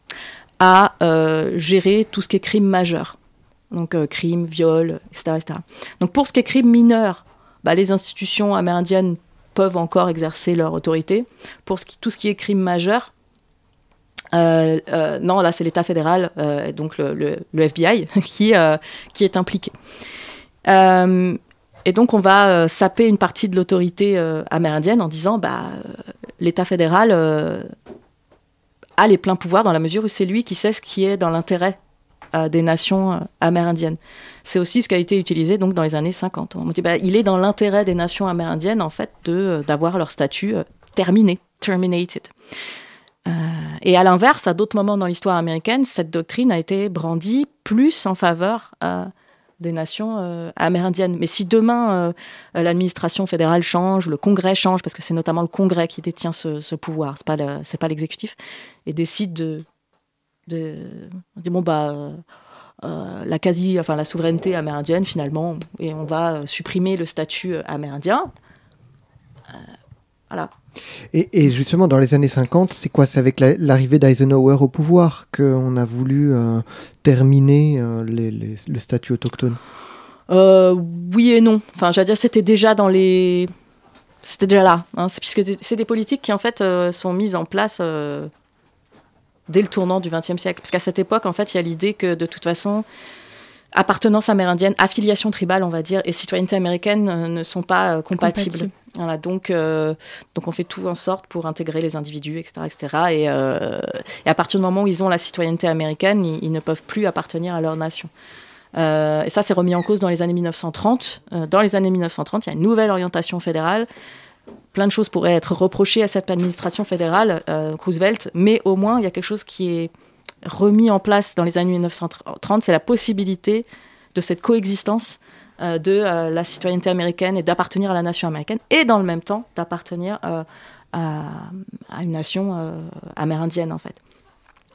à euh, gérer tout ce qui est crime majeur. Donc euh, crime, viol, et cetera, et cetera. Donc pour ce qui est crime mineur, bah, les institutions amérindiennes peuvent encore exercer leur autorité. Pour ce qui, tout ce qui est crime majeur, euh, euh, non, là c'est l'État fédéral, euh, donc le, le, le F B I, qui, euh, qui est impliqué. Euh, et donc on va euh, saper une partie de l'autorité euh, amérindienne en disant bah, euh, l'État fédéral... Euh, a les pleins pouvoirs dans la mesure où c'est lui qui sait ce qui est dans l'intérêt euh, des nations euh, amérindiennes. C'est aussi ce qui a été utilisé donc, dans les années cinquante. On dit, bah, il est dans l'intérêt des nations amérindiennes en fait, de, euh, d'avoir leur statut euh, terminé, terminated. Euh, et à l'inverse, à d'autres moments dans l'histoire américaine, cette doctrine a été brandie plus en faveur euh, des nations euh, amérindiennes. Mais si demain, euh, l'administration fédérale change, le Congrès change, parce que c'est notamment le Congrès qui détient ce, ce pouvoir, c'est pas, le, c'est pas l'exécutif, et décide de... de, de bon, bah, euh, la quasi... Enfin, la souveraineté amérindienne, finalement, et on va supprimer le statut amérindien. Euh, voilà. Et, et justement, dans les années cinquante, c'est quoi ? C'est avec la, l'arrivée d'Eisenhower au pouvoir qu'on a voulu euh, terminer euh, les, les, le statut autochtone ? euh, Oui et non. Enfin, j'allais dire, c'était déjà dans les... C'était déjà là. Hein, c'est, puisque c'est des politiques qui, en fait, euh, sont mises en place euh, dès le tournant du vingtième siècle. Parce qu'à cette époque, en fait, il y a l'idée que, de toute façon... appartenance amérindienne, affiliation tribale, on va dire, et citoyenneté américaine euh, ne sont pas euh, compatibles. Compatible. Voilà, donc, euh, donc on fait tout en sorte pour intégrer les individus, et cetera, et cetera. Et, euh, et à partir du moment où ils ont la citoyenneté américaine, ils, ils ne peuvent plus appartenir à leur nation. Euh, et ça, c'est remis en cause dans les années dix-neuf cent trente. Euh, dans les années dix-neuf cent trente, il y a une nouvelle orientation fédérale. Plein de choses pourraient être reprochées à cette administration fédérale, euh, Roosevelt, mais au moins, il y a quelque chose qui est remis en place dans les années dix-neuf cent trente, c'est la possibilité de cette coexistence euh, de euh, la citoyenneté américaine et d'appartenir à la nation américaine, et dans le même temps d'appartenir euh, à, à une nation euh, amérindienne, en fait.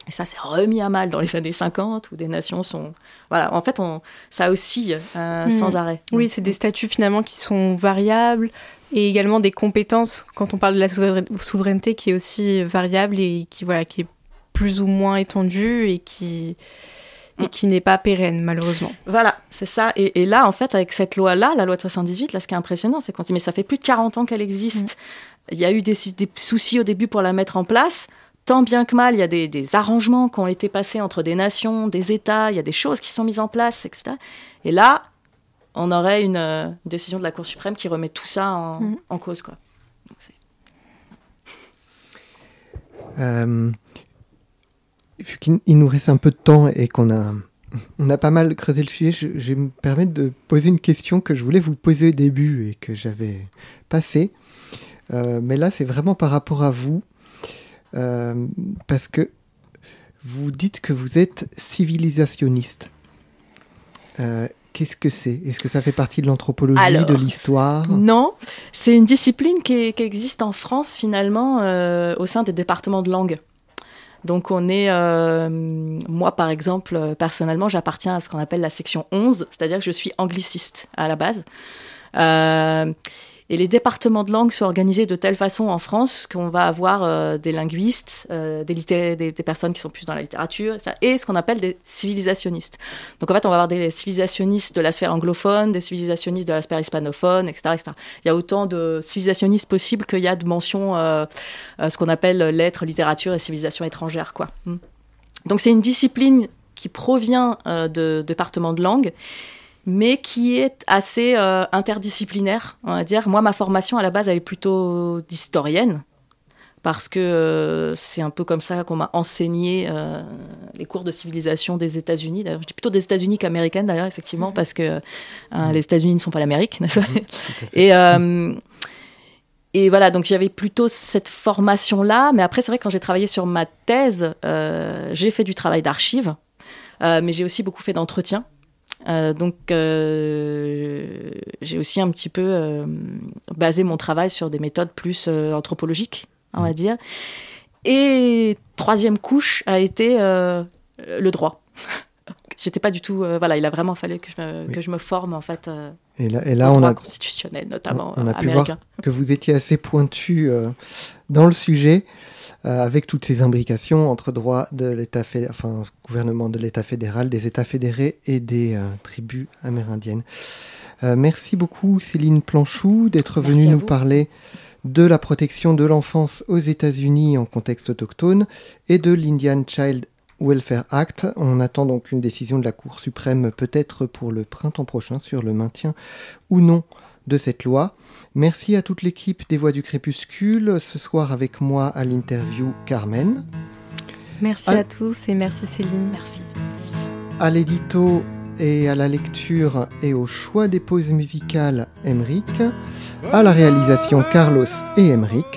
Et ça s'est remis à mal dans les années cinquante, où des nations sont... Voilà, en fait, on... ça oscille euh, mmh. sans arrêt. Oui, c'est des statuts finalement qui sont variables, et également des compétences, quand on parle de la souveraineté, qui est aussi variable et qui, voilà, qui est plus ou moins étendue et qui... et qui n'est pas pérenne, malheureusement. Voilà, c'est ça. Et, et là, en fait, avec cette loi-là, la loi de soixante-dix-huit, là, ce qui est impressionnant, c'est qu'on se dit, mais ça fait plus de quarante ans qu'elle existe. Mmh. Il y a eu des, des soucis au début pour la mettre en place. Tant bien que mal, il y a des, des arrangements qui ont été passés entre des nations, des États, il y a des choses qui sont mises en place, et cetera. Et là, on aurait une, euh, une décision de la Cour suprême qui remet tout ça en, mmh. en cause, quoi. Donc, c'est... Euh... Vu qu'il nous reste un peu de temps et qu'on a, on a pas mal creusé le sujet, je, je vais me permettre de poser une question que je voulais vous poser au début et que j'avais passée. Euh, mais là, c'est vraiment par rapport à vous. Euh, parce que vous dites que vous êtes civilisationniste. Euh, qu'est-ce que c'est ? Est-ce que ça fait partie de l'anthropologie, Alors, de l'histoire ? Non, c'est une discipline qui, est, qui existe en France finalement euh, au sein des départements de langue. Donc on est, euh, moi par exemple, personnellement, j'appartiens à ce qu'on appelle la section onze, c'est-à-dire que je suis angliciste à la base. Euh, et les départements de langue sont organisés de telle façon en France qu'on va avoir euh, des linguistes, euh, des, litté- des, des personnes qui sont plus dans la littérature, ça, et ce qu'on appelle des civilisationnistes. Donc en fait, on va avoir des civilisationnistes de la sphère anglophone, des civilisationnistes de la sphère hispanophone, et cetera, et cetera. Il y a autant de civilisationnistes possibles qu'il y a de mentions, euh, euh, ce qu'on appelle lettres, littérature et civilisation étrangère, quoi. Donc c'est une discipline qui provient euh, de départements de langue, mais qui est assez euh, interdisciplinaire, on va dire. Moi, ma formation, à la base, elle est plutôt d'historienne, parce que euh, c'est un peu comme ça qu'on m'a enseigné euh, les cours de civilisation des États-Unis. D'ailleurs, je dis plutôt des États-Unis qu'américaines, d'ailleurs, effectivement, parce que euh, les États-Unis ne sont pas l'Amérique, n'est-ce pas ? Et... Euh, Et voilà, donc j'avais plutôt cette formation-là. Mais après, c'est vrai que quand j'ai travaillé sur ma thèse, euh, j'ai fait du travail d'archives, euh, mais j'ai aussi beaucoup fait d'entretien. Euh, donc, euh, j'ai aussi un petit peu euh, basé mon travail sur des méthodes plus euh, anthropologiques, on va dire. Et troisième couche a été euh, le droit. J'étais pas du tout... Euh, voilà, il a vraiment fallu que je me, oui. que je me forme, en fait, euh, et là, et là, au on droit a, constitutionnel, notamment on, on a pu américain. voir que vous étiez assez pointu euh, dans le sujet, euh, avec toutes ces imbrications entre droit de l'État, fé- enfin, gouvernement de l'État fédéral, des États fédérés et des euh, tribus amérindiennes. Euh, merci beaucoup, Céline Planchou, d'être venue nous parler de la protection de l'enfance aux États-Unis en contexte autochtone et de l'Indian Child Welfare Act. On attend donc une décision de la Cour suprême, peut-être pour le printemps prochain, sur le maintien ou non de cette loi. Merci à toute l'équipe des Voix du Crépuscule. Ce soir avec moi à l'interview, Carmen. Merci à, à tous et merci Céline. Merci. À l'édito et à la lecture et au choix des pauses musicales, Emeric. À la réalisation, Carlos et Emeric.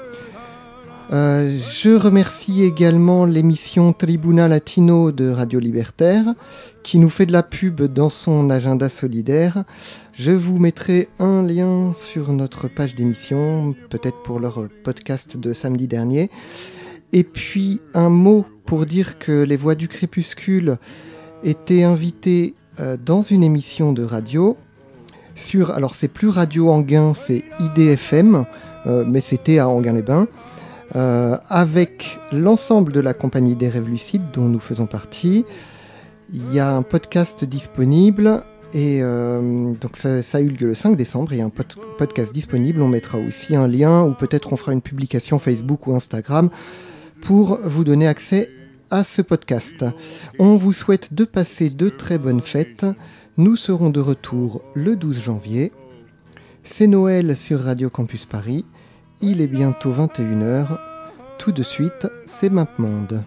Euh, je remercie également l'émission Tribuna Latino de Radio Libertaire qui nous fait de la pub dans son agenda solidaire. Je vous mettrai un lien sur notre page d'émission, peut-être pour leur podcast de samedi dernier. Et puis un mot pour dire que les Voix du Crépuscule étaient invitées euh, dans une émission de radio sur, alors c'est plus Radio Anguin, c'est I D F M, euh, mais c'était à Anguin-les-Bains. Euh, avec l'ensemble de la compagnie des Rêves Lucides dont nous faisons partie. Il y a un podcast disponible et euh, donc ça, ça a eu lieu le cinq décembre. Il y a un pod- podcast disponible. On mettra aussi un lien ou peut-être on fera une publication Facebook ou Instagram pour vous donner accès à ce podcast. On vous souhaite de passer de très bonnes fêtes. Nous serons de retour le douze janvier. C'est Noël sur Radio Campus Paris. Il est bientôt vingt et une heures. Tout de suite, c'est MapMonde.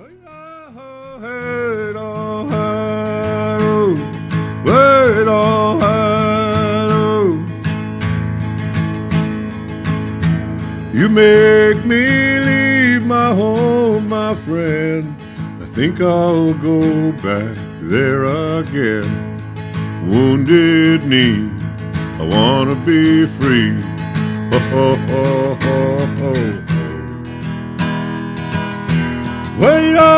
You make me leave my home, my friend. I think I'll go back there again. Wounded knee, I wanna be free. Ho, ho, ho, ho, ho. Way up.